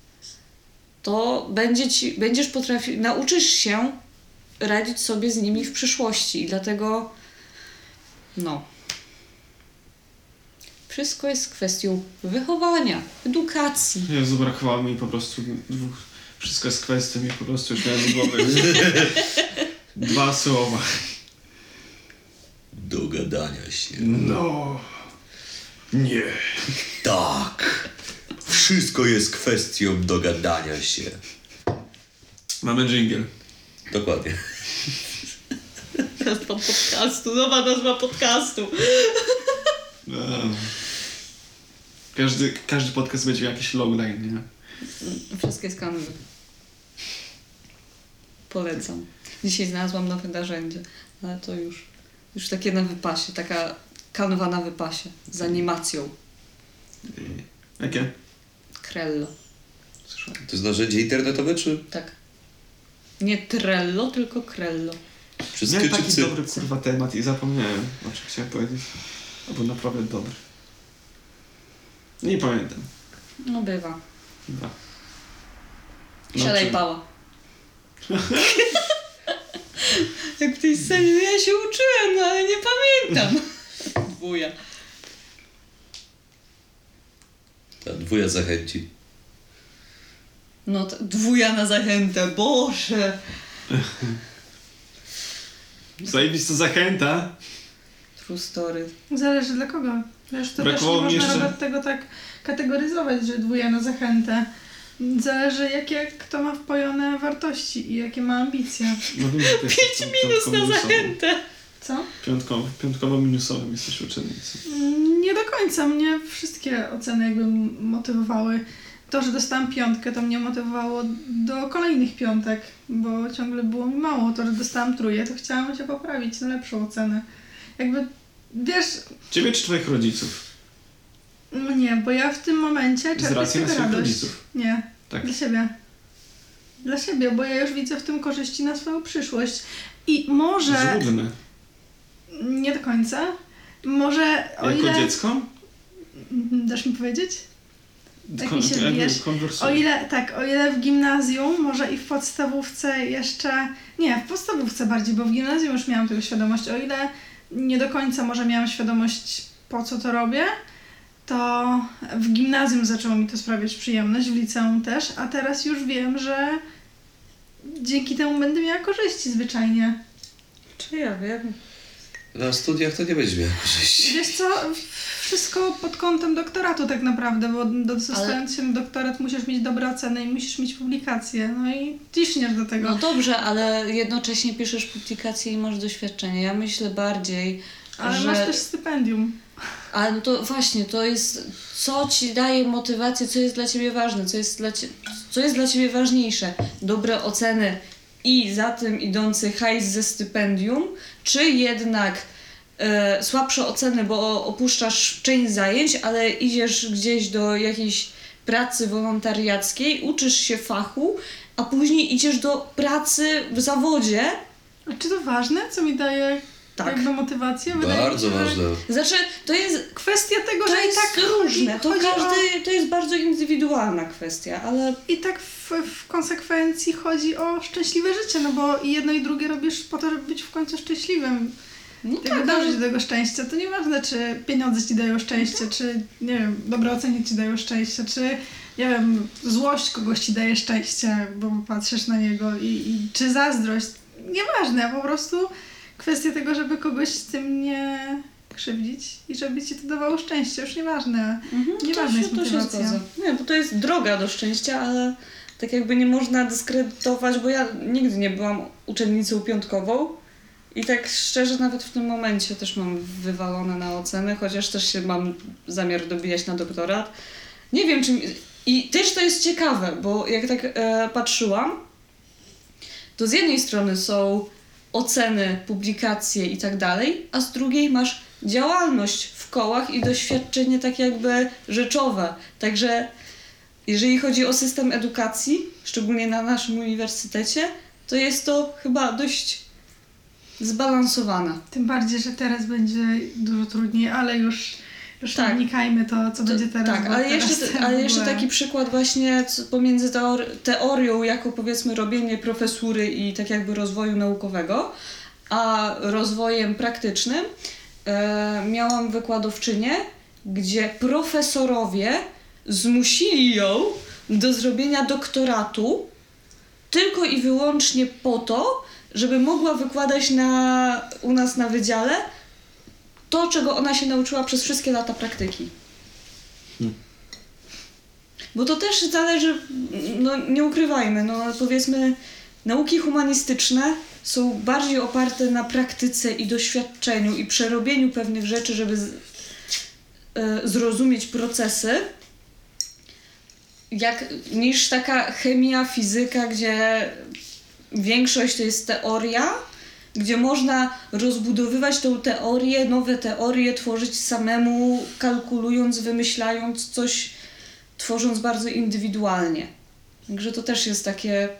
to będziesz potrafił, nauczysz się radzić sobie z nimi w przyszłości i dlatego wszystko jest kwestią wychowania, edukacji. Jezu, brakowało mi po prostu dwóch. Wszystko jest kwestią i po prostu już miałem w głowie 2 słowa. Dogadania się. No. Nie. Tak. Wszystko jest kwestią dogadania się. Mamy dżingiel. Dokładnie. Nazwa podcastu, nowa nazwa podcastu. No. Każdy podcast będzie miał jakiś logline, nie? Wszystkie z Canwy. Polecam. Dzisiaj znalazłam nowe narzędzie, ale to już takie na wypasie, taka kanwa na wypasie z animacją. Jakie? Krello. Słyszałem. To jest narzędzie internetowe, czy Tak. Nie Trello, tylko Krello. przez Miałem K czy taki C? dobry kurwa temat i zapomniałem, o czym chciałem powiedzieć. A był naprawdę dobry. Nie pamiętam. No bywa. Chyba. Siadaj czy- pała. Jak w tej scenie, no ja się uczyłem, no ale nie pamiętam. Wuja. Ta dwuja zachęci. No dwuja na zachętę, Boże. Zajebista zachęta. True story. Zależy dla kogo. Wiesz, to Brakowało też mi nie można jeszcze- nawet tego tak kategoryzować, że dwuja na zachętę. Zależy jakie kto ma wpojone wartości i jakie ma ambicje. No wiem, że to jest 5 minus na zachętę. Co? Piątkowo-minusowym jesteś uczennicą. Nie do końca. Mnie wszystkie oceny jakby motywowały. To, że dostałam 5, to mnie motywowało do kolejnych 5, bo ciągle było mi mało. To, że dostałam 3, to chciałam się poprawić na lepszą ocenę. Jakby, wiesz, Ciebie czy twoich rodziców? nie, bo ja w tym momencie Z czerpię racji na sobie swoich radość. rodziców. Nie, Tak. dla siebie. Dla siebie, bo ja już widzę w tym korzyści na swoją przyszłość. I może... Złudne. Nie do końca. Może o Jako ile... dziecko? Dasz mi powiedzieć? Tak mi się wiesz, konwersuję. o ile w gimnazjum, może i w podstawówce jeszcze... Nie, w podstawówce bardziej, bo w gimnazjum już miałam tego świadomość. O ile nie do końca może miałam świadomość, po co to robię, to w gimnazjum zaczęło mi to sprawiać przyjemność, w liceum też, a teraz już wiem, że dzięki temu będę miała korzyści zwyczajnie. Czy ja wiem? Na studiach to nie będzie miał korzyści. Wiesz co, wszystko pod kątem doktoratu tak naprawdę, bo dostając się na doktorat musisz mieć dobre oceny i musisz mieć publikacje, no i ciśniesz do tego. No dobrze, ale jednocześnie piszesz publikacje i masz doświadczenie. Ja myślę bardziej, Ale że... masz też stypendium. Ale no to właśnie, to jest, co ci daje motywację, co jest dla ciebie ważne, co jest dla ciebie ważniejsze. Dobre oceny i za tym idący hajs ze stypendium, czy jednak słabsze oceny, bo opuszczasz część zajęć, ale idziesz gdzieś do jakiejś pracy wolontariackiej, uczysz się fachu, a później idziesz do pracy w zawodzie. A czy to ważne, co mi daje Tak. jakby motywację? Wydaje Bardzo mi się, że ważne. Znaczy, to jest kwestia tego, To że jest i tak różne, to to jest bardzo indywidualna kwestia, ale I tak w konsekwencji chodzi o szczęśliwe życie, no bo i jedno i drugie robisz po to, żeby być w końcu szczęśliwym. No Jakby tak, dążyć ale... do tego szczęścia, to nieważne, czy pieniądze ci dają szczęście, czy, nie wiem, dobre oceny ci dają szczęście, czy, nie wiem, złość kogoś ci daje szczęście, bo patrzysz na niego i czy zazdrość. Nieważne, po prostu kwestia tego, żeby kogoś z tym nie krzywdzić i żeby ci to dawało szczęście, już nieważne. Nieważna jest to się motywacja. zgadza. Nie, bo to jest droga do szczęścia, ale tak jakby nie można dyskredytować, bo ja nigdy nie byłam uczennicą piątkową i tak szczerze nawet w tym momencie też mam wywalone na oceny, chociaż też się mam zamiar dobijać na doktorat. Nie wiem, czy... I też to jest ciekawe, bo jak tak patrzyłam, to z jednej strony są oceny, publikacje i tak dalej, a z drugiej masz działalność w kołach i doświadczenie tak jakby rzeczowe. Także jeżeli chodzi o system edukacji, szczególnie na naszym uniwersytecie, to jest to chyba dość zbalansowane. Tym bardziej, że teraz będzie dużo trudniej, ale już Tak. nie wnikajmy to, co będzie teraz. Tak, bo ale teraz jeszcze, ten ale w jeszcze ogóle- taki przykład właśnie pomiędzy teorią jako powiedzmy robienie profesury i tak jakby rozwoju naukowego, a rozwojem praktycznym. Miałam wykładowczynię, gdzie profesorowie zmusili ją do zrobienia doktoratu tylko i wyłącznie po to, żeby mogła wykładać u nas na wydziale to, czego ona się nauczyła przez wszystkie lata praktyki. Bo to też zależy, no nie ukrywajmy, no powiedzmy, nauki humanistyczne są bardziej oparte na praktyce i doświadczeniu i przerobieniu pewnych rzeczy, żeby zrozumieć procesy, niż taka chemia, fizyka, gdzie większość to jest teoria, gdzie można rozbudowywać tą teorię, nowe teorie, tworzyć samemu, kalkulując, wymyślając coś, tworząc bardzo indywidualnie. Także to też jest takie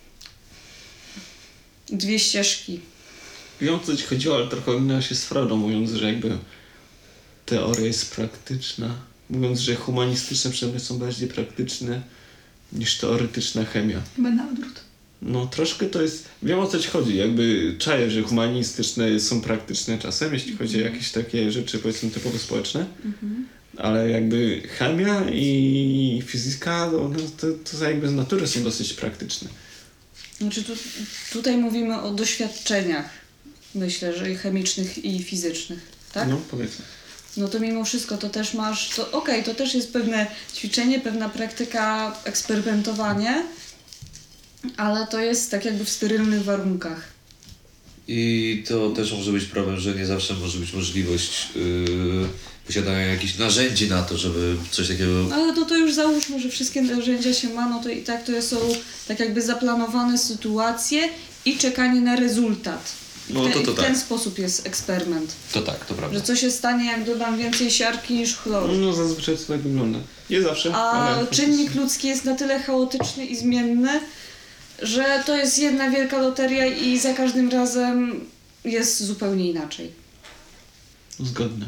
dwie ścieżki. Wiem, o co ci chodziło, ale trochę inna się z Freudą, mówiąc, że jakby teoria jest praktyczna. Mówiąc, że humanistyczne przedmioty są bardziej praktyczne niż teoretyczna chemia. Chyba na odwrót. No troszkę to jest... Wiem, o co ci chodzi. Jakby czaję, że humanistyczne są praktyczne czasem, jeśli chodzi o jakieś takie rzeczy, powiedzmy, typowo społeczne. Ale jakby chemia i fizyka, to jakby z natury są dosyć praktyczne. Znaczy tutaj mówimy o doświadczeniach, myślę, że i chemicznych i fizycznych, tak? No, powiedzmy. No to mimo wszystko to też masz, to okej, to też jest pewne ćwiczenie, pewna praktyka, eksperymentowanie, ale to jest tak jakby w sterylnych warunkach. I to też może być problem, że nie zawsze może być możliwość posiadania jakichś narzędzi na to, żeby coś takiego... Ale to już załóżmy, że wszystkie narzędzia się ma, no to i tak to są tak jakby zaplanowane sytuacje i czekanie na rezultat. No to W ten tak. sposób jest eksperyment. To tak, to prawda. Że co się stanie, jak dodam więcej siarki niż chloru. No zazwyczaj to tak wygląda. Nie zawsze, A ale... czynnik ludzki jest na tyle chaotyczny i zmienny, że to jest jedna wielka loteria i za każdym razem jest zupełnie inaczej. Zgodne.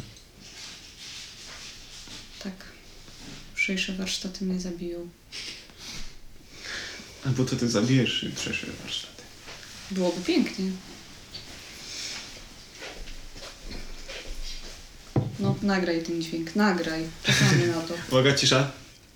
Tak. Jutrzejsze warsztaty mnie zabiją. Albo to ty zabijesz jutrzejsze warsztaty. Byłoby pięknie. No, nagraj ten dźwięk, nagraj. Czekamy na to. Uwaga, cisza.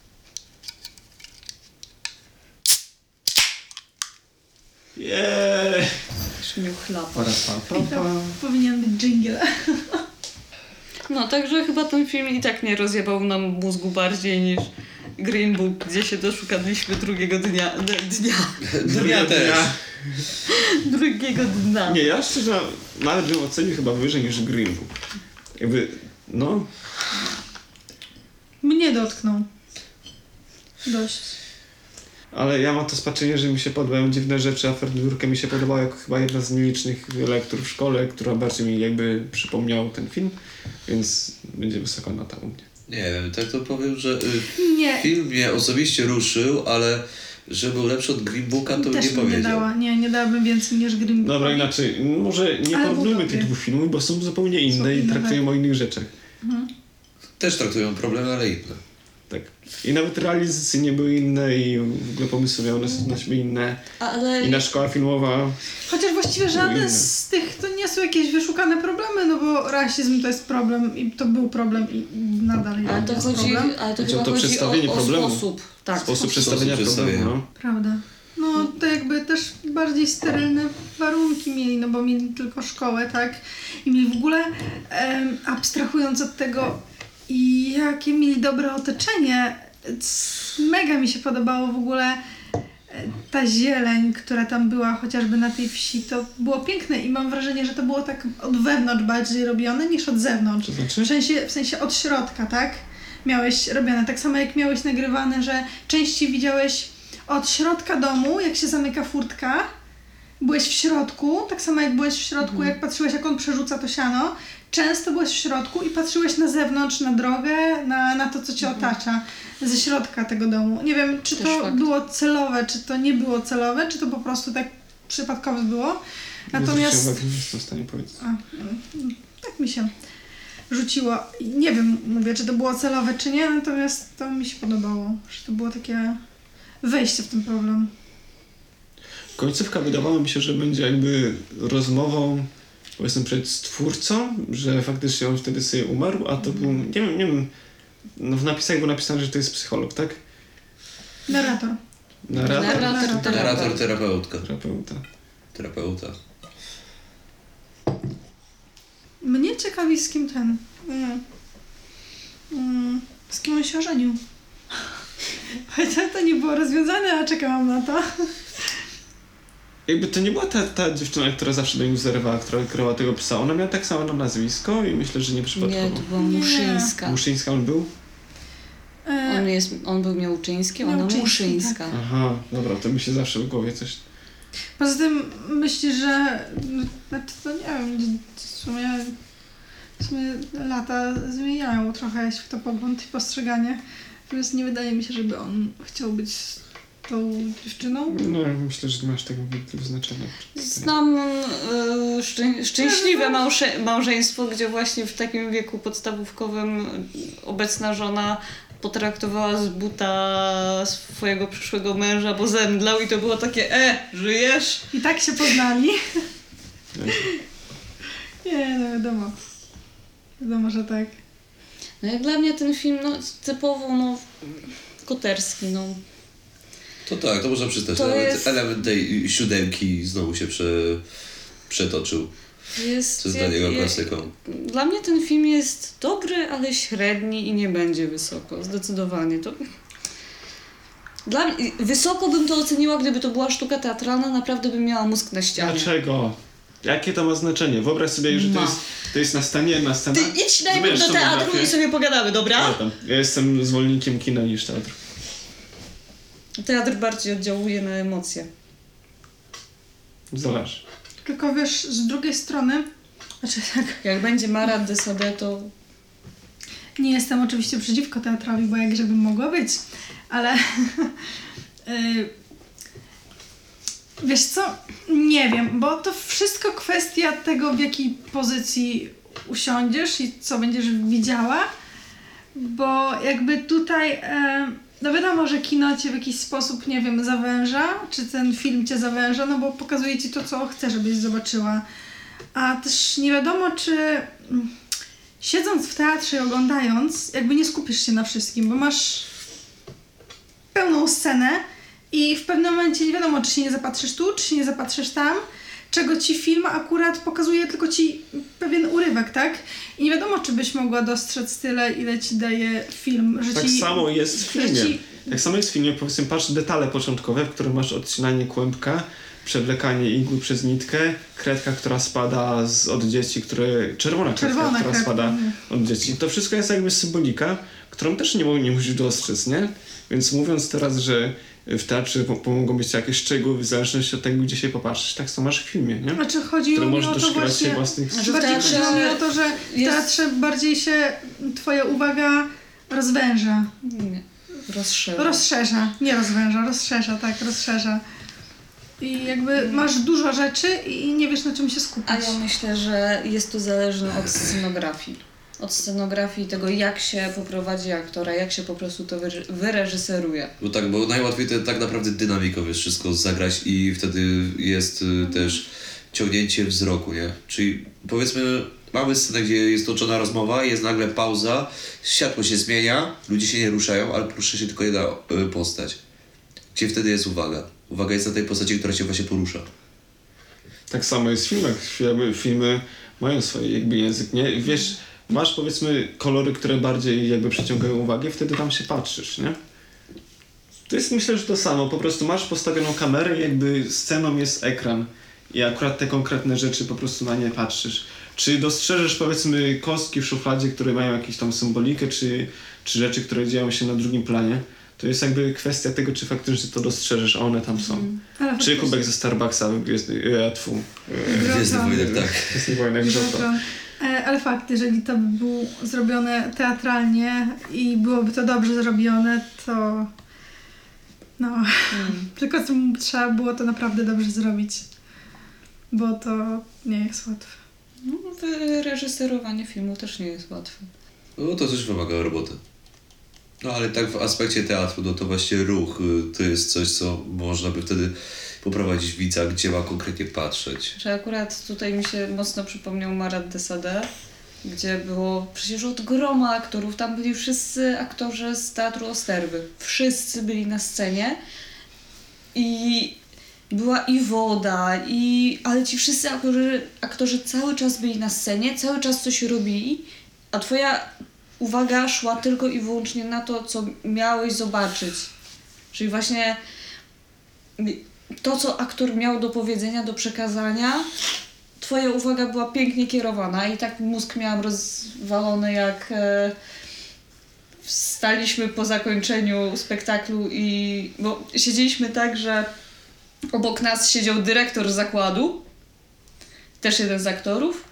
Jeee! Już miał chlapa. Powinien być dżingiel. No, także chyba ten film i tak nie rozjebał nam mózgu bardziej niż Green Book, gdzie się doszukaliśmy drugiego dnia. Dnia też. Drugiego dna. Nie, ja szczerze nawet bym ocenił chyba wyżej niż Green Book. Jakby, no... Mnie dotknął. Dość. Ale ja mam to spaczenie, że mi się podobają dziwne rzeczy, a Ferdynandurkę mi się podobała jako chyba jedna z nielicznych lektur w szkole, która bardziej mi jakby przypomniał ten film, więc będzie wysoka nota u mnie. Nie wiem, tak to powiem, że Nie. film mnie osobiście ruszył, ale że był lepszy od Green Booka, to Też nie bym powiedział. nie dała. Nie dałabym więcej niż Green Book. Dobra, inaczej, może nie Ale porównujmy był tych dobry. dwóch filmów, bo są zupełnie inne i inne, traktują o innych rzeczach. Też traktują problemy, ale inne. Tak. I nawet realizacje były inne i w ogóle pomysły miały na siebie inne. Ale Inna szkoła filmowa. Chociaż właściwie żaden inne. z tych to nie są jakieś wyszukane problemy, no bo rasizm to jest problem i to był problem i nadal Ale to jest chodzi, problem. ale to Chodzi o chyba to chodzi przedstawienie o problemu. sposób. Tak, Sposób przedstawienia Sposób problemu, przedstawienia. no. Prawda. No to jakby też bardziej sterylne warunki mieli, no bo mieli tylko szkołę, tak? I mieli w ogóle, abstrahując od tego, i jakie mieli dobre otoczenie, mega mi się podobało w ogóle ta zieleń, która tam była chociażby na tej wsi, to było piękne i mam wrażenie, że to było tak od wewnątrz bardziej robione niż od zewnątrz. To znaczy? W sensie od środka, tak? Miałeś robione. Tak samo jak miałeś nagrywane, że częściej widziałeś od środka domu, jak się zamyka furtka, byłeś w środku, tak samo jak byłeś w środku, jak patrzyłeś, jak on przerzuca to siano, często byłeś w środku i patrzyłeś na zewnątrz, na drogę, na to, co cię otacza, ze środka tego domu. Nie wiem, czy Też to fakt. było celowe, czy to nie było celowe, czy to po prostu tak przypadkowe było. Natomiast... Nie jestem w stanie powiedzieć. Tak mi się rzuciło. I nie wiem, mówię, czy to było celowe, czy nie, natomiast to mi się podobało, że to było takie wejście w ten problem. Końcówka wydawała mi się, że będzie jakby rozmową, powiedzmy, przed stwórcą, że faktycznie on wtedy sobie umarł, a to był, nie wiem, no w napisach było napisane, że to jest psycholog, tak? Narrator. Narrator, terapeutka. Terapeuta. Mnie ciekawi, z kim z kim on się ożenił. Chociaż to nie było rozwiązane, a czekałam na to. Jakby to nie była ta dziewczyna, która zawsze do nim zerwała, która kierowała tego psa. Ona miała tak samo na nazwisko i myślę, że nie przypadkowo. Nie, to była Nie. Muszyńska. Muszyńska on był? On był Miałczyński, ona Miałczyński, Muszyńska. Aha, dobra, to mi się zawsze w głowie coś... Poza tym myślisz, że znaczy to nie wiem, w sumie lata zmieniają trochę to pogląd i postrzeganie. Natomiast nie wydaje mi się, żeby on chciał być z tą dziewczyną. No, myślę, że nie masz tego wielkiego znaczenia. Znam szczęśliwe małżeństwo, gdzie właśnie w takim wieku podstawówkowym obecna żona potraktowała z buta swojego przyszłego męża, bo zemdlał i to było takie żyjesz? I tak się poznali. Nie, no wiadomo. Wiadomo, że tak. No jak dla mnie ten film, no typowo, koterski, no. To tak, to można przyznać. To Nawet jest- element tej siódemki znowu się przetoczył. Jest, Co jest dla niego klasyką. Dla mnie ten film jest dobry, ale średni i nie będzie wysoko, zdecydowanie. Wysoko bym to oceniła, gdyby to była sztuka teatralna, naprawdę bym miała mózg na ścianie. Dlaczego? Jakie to ma znaczenie? Wyobraź sobie, że to jest na scena. Ty idź najpierw do teatru i sobie pogadamy, dobra? Ja jestem zwolennikiem kina niż teatru. Teatr bardziej oddziałuje na emocje. Zależy. Tylko wiesz, z drugiej strony, znaczy tak, Jak będzie Marat de Sade, to nie jestem oczywiście przeciwko teatrowi, bo jak żeby mogło być, ale wiesz co, nie wiem, bo to wszystko kwestia tego, w jakiej pozycji usiądziesz i co będziesz widziała, bo jakby tutaj, no wiadomo, że kino cię w jakiś sposób, nie wiem, zawęża, czy ten film cię zawęża, no bo pokazuje ci to, co chce, żebyś zobaczyła. A też nie wiadomo, czy siedząc w teatrze i oglądając, jakby nie skupisz się na wszystkim, bo masz pełną scenę i w pewnym momencie nie wiadomo, czy się nie zapatrzysz tu, czy się nie zapatrzysz tam, czego ci film akurat pokazuje tylko ci pewien urywek, tak? I nie wiadomo, czy byś mogła dostrzec tyle, ile ci daje film, że Tak ci... samo jest w że filmie. ci- Tak samo jest w filmie, powiedzmy, patrz detale początkowe, w których masz odcinanie kłębka, przewlekanie igły przez nitkę, kredka, która spada od dzieci, czerwona kredka, która kredka, spada nie. od dzieci. To wszystko jest jakby symbolika, którą też nie musisz dostrzec, nie? Więc mówiąc teraz, że w teatrze pomogą być jakieś szczegóły w zależności od tego, gdzie się popatrzysz, tak samo masz w filmie, nie? Znaczy chodzi Które mi możesz o to doszukiwać się właśnie... własnych... Znaczy w Bardziej teatrze chodzi mi o to, że w jest- teatrze bardziej się twoja uwaga rozwęża. nie, rozszerza. Rozszerza, nie rozwęża, rozszerza. I jakby masz dużo rzeczy i nie wiesz, na czym się skupić. A ja myślę, że jest to zależne od scenografii. Od scenografii tego, jak się poprowadzi aktora, jak się po prostu to wyreżyseruje. Bo tak, bo najłatwiej to tak naprawdę dynamiką, wiesz, wszystko zagrać i wtedy jest też ciągnięcie wzroku, nie? Czyli powiedzmy, mamy scenę, gdzie jest toczona rozmowa, jest nagle pauza, światło się zmienia, ludzie się nie ruszają, ale porusza się tylko jedna postać. Gdzie wtedy jest uwaga? Uwaga jest na tej postaci, która się właśnie porusza. Tak samo jest w filmach. Filmy mają swój jakby język, nie? Wiesz, masz powiedzmy kolory, które bardziej jakby przyciągają uwagę, wtedy tam się patrzysz, nie? To jest myślę, że to samo. Po prostu masz postawioną kamerę i jakby sceną jest ekran. I akurat te konkretne rzeczy po prostu na nie patrzysz. Czy dostrzeżesz powiedzmy kostki w szufladzie, które mają jakąś tam symbolikę, czy rzeczy, które dzieją się na drugim planie? To jest jakby kwestia tego, czy faktycznie to dostrzeżesz, a one tam są. Ale Czy faktycznie- kubek ze Starbucksa w Gwiezdny Wojtek, tak. Gwiezdnych Wojnach Grotto. Ale fakt, jeżeli to by było zrobione teatralnie i byłoby to dobrze zrobione, to no, tylko trzeba było to naprawdę dobrze zrobić, bo to nie jest łatwe. No, reżyserowanie filmu też nie jest łatwe. No to też wymaga roboty. No ale tak w aspekcie teatru, no to właśnie ruch to jest coś, co można by wtedy poprowadzić widza, gdzie ma konkretnie patrzeć. Że akurat tutaj mi się mocno przypomniał Marat de Sade, gdzie było przecież od groma aktorów, tam byli wszyscy aktorzy z Teatru Osterwy. Wszyscy byli na scenie i była i woda, ale ci wszyscy aktorzy cały czas byli na scenie, cały czas coś robili, a twoja uwaga szła tylko i wyłącznie na to, co miałeś zobaczyć. Czyli właśnie to, co aktor miał do powiedzenia, do przekazania, twoja uwaga była pięknie kierowana i tak mózg miałam rozwalony, jak wstaliśmy po zakończeniu spektaklu bo siedzieliśmy tak, że obok nas siedział dyrektor zakładu, też jeden z aktorów,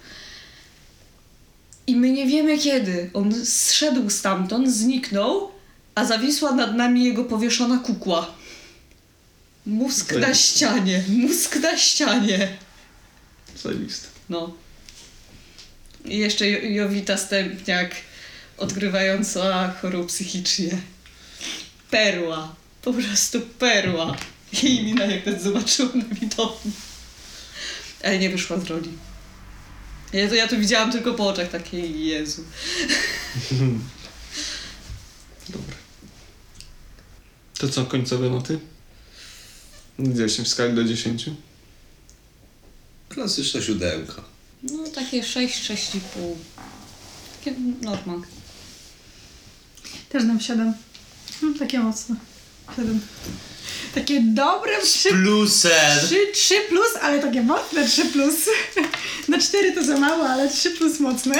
i my nie wiemy kiedy. On zszedł stamtąd, zniknął, a zawisła nad nami jego powieszona kukła. Mózg na ścianie, mózg na ścianie. Zajebiste. No. I jeszcze Jowita Stępniak odgrywająca chorą psychicznie. Perła. Po prostu perła. Jej mina jak ten zobaczyłam na widowni. Ale nie wyszła z roli. Ja to widziałam tylko po oczach takiej Jezu. Dobra. To co, końcowe noty? 10 w skali do 10. Klasyczna 7. No takie 6,5. Takie norma. Też dam 7. Takie mocne. 7. Takie dobre 3 Plusem! 3 plus, ale takie mocne 3 plus. Na 4 to za mało, ale 3 plus mocne.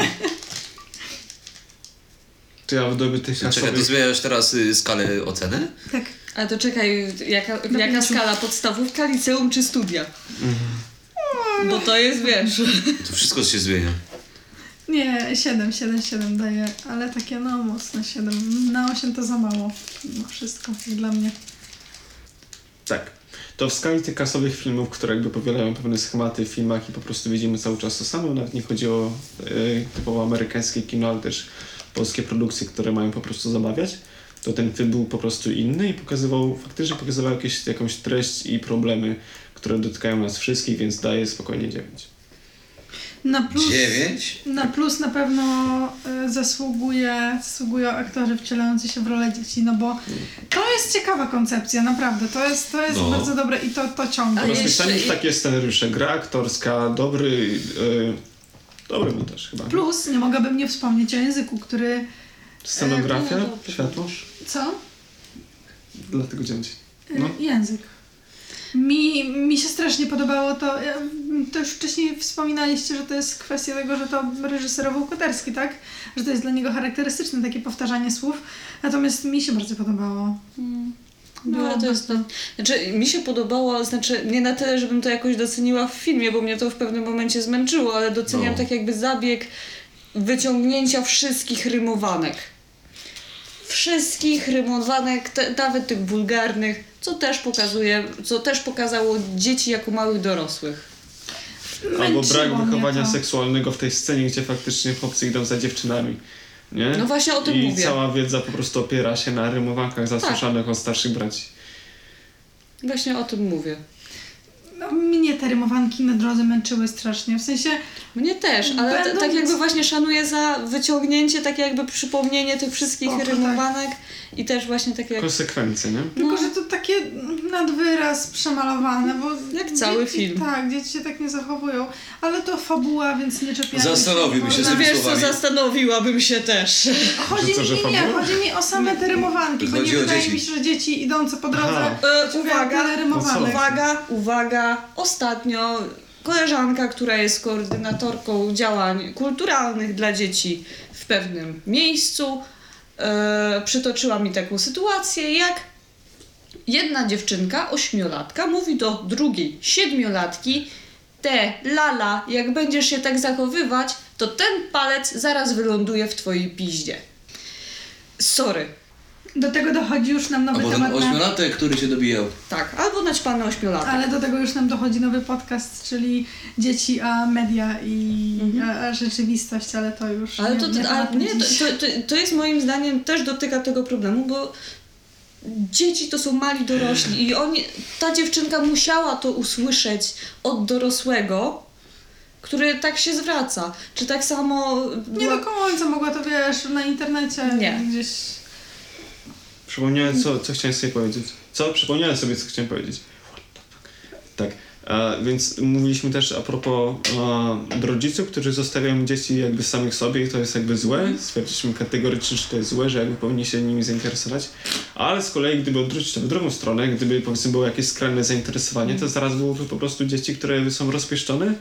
Czy ja w dobie tych Czekaj, to czasowych... zmieniasz teraz skalę oceny? Tak. Ale to czekaj, jaka pięciu. skala? Podstawówka, liceum czy studia? Bo to jest, wiesz... To wszystko się zmienia. Nie, 7 daję, ale takie no mocne 7. Na 8 to za mało. No wszystko jak dla mnie. Tak. To w skali tych kasowych filmów, które jakby powielają pewne schematy w filmach i po prostu widzimy cały czas to samo, nawet nie chodzi o typowo amerykańskie kino, ale też polskie produkcje, które mają po prostu zamawiać, to ten film był po prostu inny i faktycznie pokazywał jakąś treść i problemy, które dotykają nas wszystkich, więc daję spokojnie 9. Na plus, 9? na plus na pewno zasługują aktorzy wcielający się w rolę dzieci, no bo to jest ciekawa koncepcja, naprawdę. To jest No. bardzo dobre i to ciągnie. A Rozpisanie w jeszcze- takie scenariusze, gra aktorska, dobry montaż chyba. Plus nie mogłabym nie wspomnieć o języku, który... Scenografia, no, dobrze. światło, Co? dlatego 9. No. Język. Mi się strasznie podobało to. To już wcześniej wspominaliście, że to jest kwestia tego, że to reżyserował Koterski, tak? Że to jest dla niego charakterystyczne takie powtarzanie słów. Natomiast mi się bardzo podobało. No, to jest to. Znaczy, mi się podobało, ale znaczy nie na tyle, żebym to jakoś doceniła w filmie, bo mnie to w pewnym momencie zmęczyło, ale doceniam No. tak jakby zabieg wyciągnięcia wszystkich rymowanek. Wszystkich rymowanek, nawet tych wulgarnych, co też pokazało dzieci jako małych dorosłych. Albo Męczyło brak mnie wychowania to. seksualnego w tej scenie, gdzie faktycznie chłopcy idą za dziewczynami. Nie? No właśnie o tym I mówię. cała wiedza po prostu opiera się na rymowankach zasłyszanych od starszych braci. Właśnie o tym mówię. No, mnie te rymowanki na drodze męczyły strasznie, w sensie... Mnie też, ale Będą- tak jakby właśnie szanuję za wyciągnięcie, takie jakby przypomnienie tych wszystkich Spoko, rymowanek i też właśnie takie jak... Konsekwencje, nie? Tylko, No. że to takie nad wyraz przemalowane, bo... Jak cały film. Tak, dzieci się tak nie zachowują, ale to fabuła, więc nie czepiamy Zastanowiłbym się Można- z tymi Wiesz co, słowami. zastanowiłabym się też. Chodzi Że co, że mi, fabuła? chodzi mi o same te rymowanki, bo Chodzi nie o wydaje dzieci. mi się, że dzieci idące po drodze Aha. Uwaga, tyle rymowanek. Uwaga, ostatnio koleżanka, która jest koordynatorką działań kulturalnych dla dzieci w pewnym miejscu, przytoczyła mi taką sytuację, jak jedna dziewczynka, 8-latka, mówi do drugiej 7-latki: te, lala, jak będziesz się tak zachowywać, to ten palec zaraz wyląduje w twojej piździe. Sorry. Do tego dochodzi już nam nowy Albo temat ten na... ośmiolatek, który się dobijał. Tak, albo naćpany 8-latek. Ale do tego już nam dochodzi nowy podcast, czyli dzieci, a media i a rzeczywistość, ale to już Ale dziś. to jest moim zdaniem też dotyka tego problemu, bo dzieci to są mali dorośli i ta dziewczynka musiała to usłyszeć od dorosłego, który tak się zwraca. Czy tak samo... Nie do końca mogła to, wiesz, na internecie Nie. gdzieś... Przypomniałem, co chciałem sobie powiedzieć. Przypomniałem sobie, co chciałem powiedzieć. Tak, więc mówiliśmy też a propos rodziców, którzy zostawiają dzieci jakby samych sobie i to jest jakby złe. Stwierdziliśmy kategorycznie, że to jest złe, że jakby powinni się nimi zainteresować. Ale z kolei, gdyby odwrócić to w drugą stronę, gdyby powiedzmy było jakieś skrajne zainteresowanie, to zaraz byłoby po prostu dzieci, które są rozpieszczone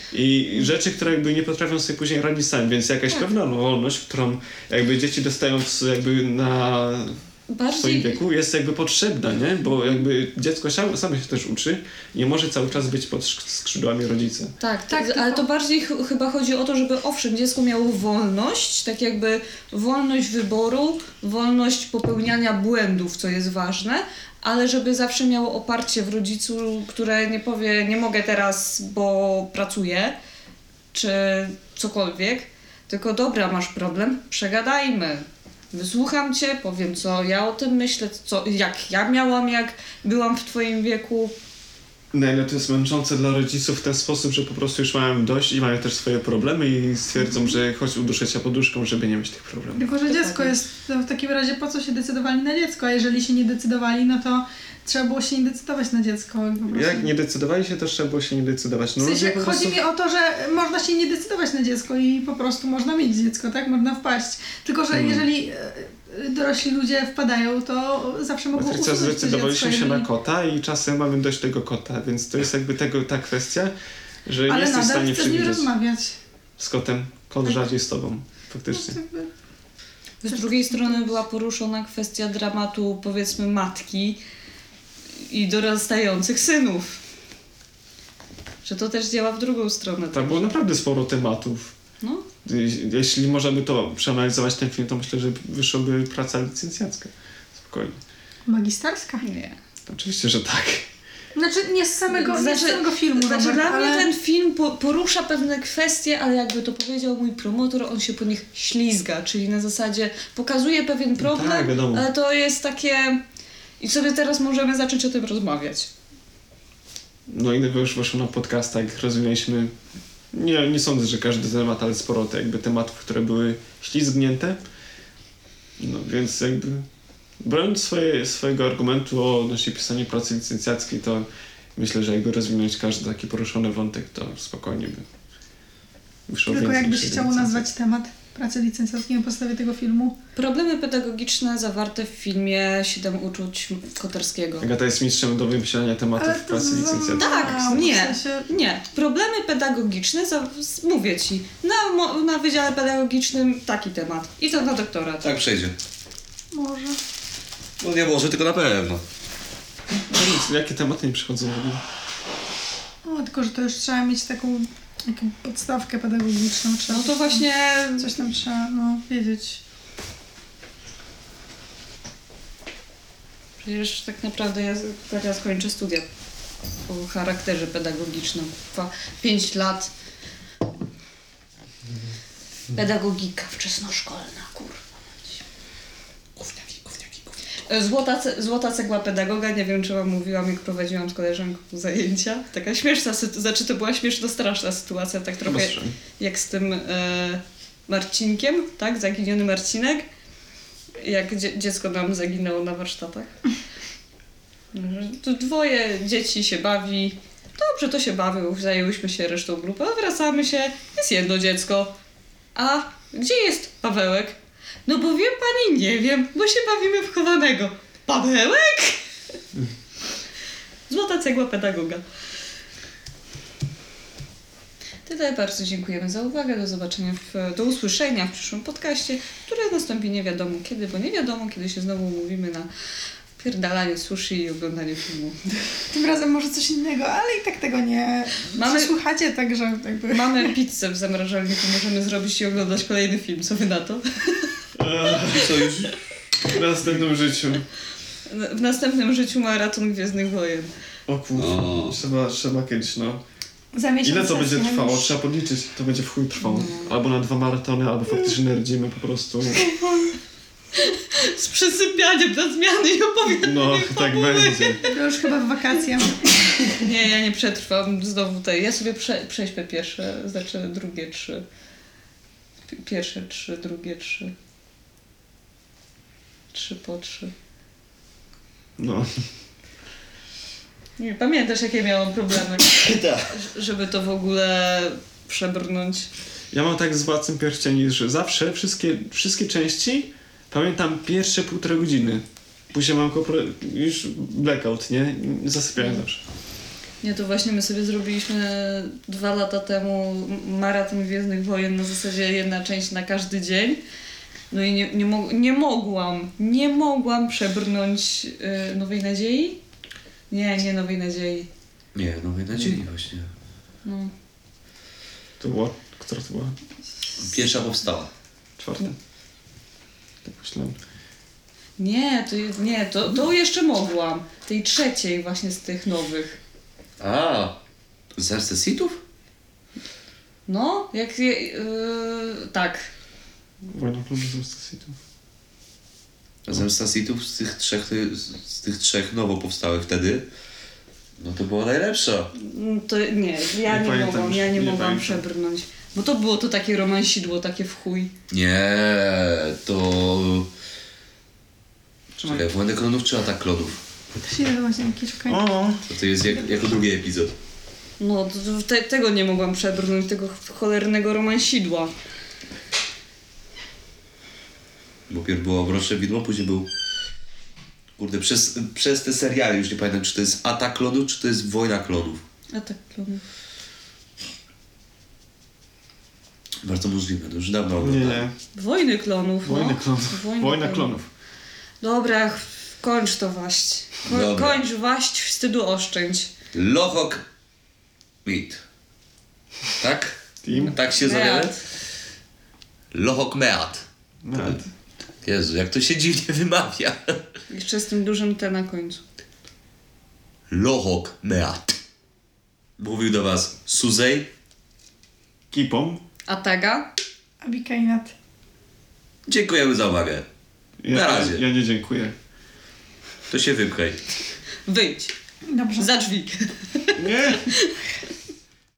i rzeczy, które jakby nie potrafią sobie później radzić sami, więc jakaś pewna wolność, którą jakby dzieci dostają jakby na... w swoim wieku jest jakby potrzebna, nie? Bo jakby dziecko samo się też uczy, nie może cały czas być pod skrzydłami rodzica. Tak, Tak, ale tylko- to bardziej chyba chodzi o to, żeby owszem, dziecko miało wolność, tak jakby wolność wyboru, wolność popełniania błędów, co jest ważne, ale żeby zawsze miało oparcie w rodzicu, które nie powie: nie mogę teraz, bo pracuję, czy cokolwiek, tylko dobra, masz problem, przegadajmy. Wysłucham cię, powiem, co ja o tym myślę, jak ja miałam, jak byłam w twoim wieku. Na ile to jest męczące dla rodziców w ten sposób, że po prostu już mają dość i mają też swoje problemy i stwierdzą, że chodź uduszę cię poduszką, żeby nie mieć tych problemów. Tylko, że Dokładnie. dziecko jest, to w takim razie po co się decydowali na dziecko, a jeżeli się nie decydowali, no to trzeba było się nie decydować na dziecko. Po prostu. Jak nie decydowali się, to trzeba było się nie decydować. No, W sensie, ludzie po chodzi prostu... mi o to, że można się nie decydować na dziecko i po prostu można mieć dziecko, tak? Można wpaść. Tylko, że jeżeli dorośli ludzie wpadają, to zawsze mogą Patrycja, usunąć to zdecydowaliśmy dziecko, się na jeżeli- kota i czasem mamy dość tego kota, więc to jest jakby ta kwestia, że nie Ale jesteś w nadal stanie chcę z nim przewidzieć rozmawiać. z kotem. Kot rzadziej z tobą, faktycznie. Z drugiej strony była poruszona kwestia dramatu, powiedzmy, matki i dorastających synów. Że to też działa w drugą stronę. Tam było naprawdę sporo tematów. No, Jeśli można by to przeanalizować ten film, to myślę, że wyszłaby praca licencjacka. Spokojnie. Magisterska? nie. Oczywiście, że tak. Znaczy nie z samego filmu, Znaczy Robert, dla ale... mnie ten film porusza pewne kwestie, ale jakby to powiedział mój promotor, on się po nich ślizga, czyli na zasadzie pokazuje pewien problem, tak, wiadomo. ale to jest takie... I sobie teraz możemy zacząć o tym rozmawiać. No i już weszło na podcastach, jak rozwinęliśmy. Nie sądzę, że każdy temat, ale sporo jakby tematów, które były ślizgnięte. No więc jakby broniąc swojego argumentu odnośnie pisania pracy licencjackiej, to myślę, że jakby rozwinąć każdy taki poruszony wątek, to spokojnie by wyszło Tylko więcej jakbyś niż chciał licencja. nazwać temat pracy licencjackiej na podstawie tego filmu? Problemy pedagogiczne zawarte w filmie 7 uczuć Koterskiego. Agata jest mistrzem do wymyślania tematów Ale to pracy za- licencjackiej. Tak, mało, w nie. sensie- Nie. Problemy pedagogiczne, mówię ci, na wydziale pedagogicznym taki temat. I to na doktorat. Tak przejdzie. Może. No nie może, tylko na pewno. No nic, jakie tematy nie przychodzą w ogóle? No, tylko, że to już trzeba mieć taką podstawkę pedagogiczną. Trzeba No to właśnie... coś tam trzeba wiedzieć. Przecież tak naprawdę ja teraz kończę studia o charakterze pedagogicznym. 5 lat. Pedagogika wczesnoszkolna, kurwa. Złota cegła pedagoga, nie wiem czy wam mówiłam, jak prowadziłam z koleżanką zajęcia. Taka śmieszna znaczy to była śmieszna, straszna sytuacja, tak trochę jak z tym Marcinkiem, tak? Zaginiony Marcinek. Jak dziecko nam zaginęło na warsztatach. Tu dwoje dzieci się bawi. Dobrze, to się bawią, zajęłyśmy się resztą grupy, a wracamy się, jest jedno dziecko. A gdzie jest Pawełek? No bo wie pani, nie wiem, bo się bawimy w chowanego. Pawełek? Złota cegła pedagoga. Tyle, bardzo dziękujemy za uwagę, do usłyszenia w przyszłym podcaście, które nastąpi nie wiadomo kiedy, bo nie wiadomo kiedy się znowu umówimy na pierdalanie sushi i oglądanie filmu. Tym razem może coś innego, ale i tak tego nie słuchacie, także jakby... Mamy pizzę w zamrażalniku, możemy zrobić i oglądać kolejny film, co wy na to? Co już? W następnym życiu. W następnym życiu maraton Gwiezdnych Wojen. O kurwa, trzeba kiedyś, no. Za miesiąc Ile to będzie sesji, trwało? już. Trzeba podliczyć. To będzie w chuj trwało. Albo na 2 maratony, albo faktycznie nerdzimy po prostu. Z przysypianiem na zmiany i opowiadaniem No, tak będzie. To już chyba w wakacje. Nie, ja nie przetrwam znowu tej. Ja sobie prześpię pierwsze, znaczy drugie 3. Pierwsze 3, drugie 3. 3 po 3. No. Nie pamiętasz jakie miałam problemy, żeby to w ogóle przebrnąć. Ja mam tak z Władcą Pierścieni, że zawsze wszystkie części pamiętam pierwsze 1,5 godziny. Później mam już blackout, nie? Zasypiałem zawsze. Nie, to właśnie my sobie zrobiliśmy 2 lata temu maraton Gwiezdnych Wojen na zasadzie jedna część na każdy dzień. No i nie mogłam przebrnąć Nowej Nadziei? Nie Nowej Nadziei. Nie, Nowej Nadziei właśnie. No. To była, która to była? Pierwsza powstała. 4. Tak myślałem. To jeszcze mogłam. Tej 3 właśnie z tych nowych. A, Zemstę Sithów? No, jak tak. Wojna klonów z Sithów. Zemsta Sithów z tych trzech nowo powstałych wtedy, no to była najlepsza. To nie pamiętam, nie mogłam pamiętam. przebrnąć. Bo to było to takie romansidło, takie w chuj. Nie, to... Trzymaj. Czekaj, Wojny Klonów czy Atak Klonów? Też nie do łazienki, czekaj. O, To jest jako drugi epizod. No, tego nie mogłam przebrnąć, tego cholernego romansidła. Bo pierw było Mroczne Widmo, później był... Kurde, przez te seriale już nie pamiętam, czy to jest Atak Klonów, czy to jest Wojna Klonów. A tak, klonów. Bardzo możliwe, to już dawno oglądałem. nie. Wojny klonów, Wojny no. klonów. Wojna klonów. Dobra, kończ to waść. Dobra. Kończ waść, wstydu oszczędź. Lohok Meat. Tak? Team. Tak się zawiera? Meat. Lohok Meat. Nawet. Jezu, jak to się dziwnie wymawia. Jeszcze z tym dużym T na końcu. Lohok Meat. Mówił do was Suzej. Kipą. Ataga. Abikainat. Dziękujemy za uwagę. Na razie. Ja nie dziękuję. To się wypchaj. Wyjdź. Dobrze. Za drzwi. Nie!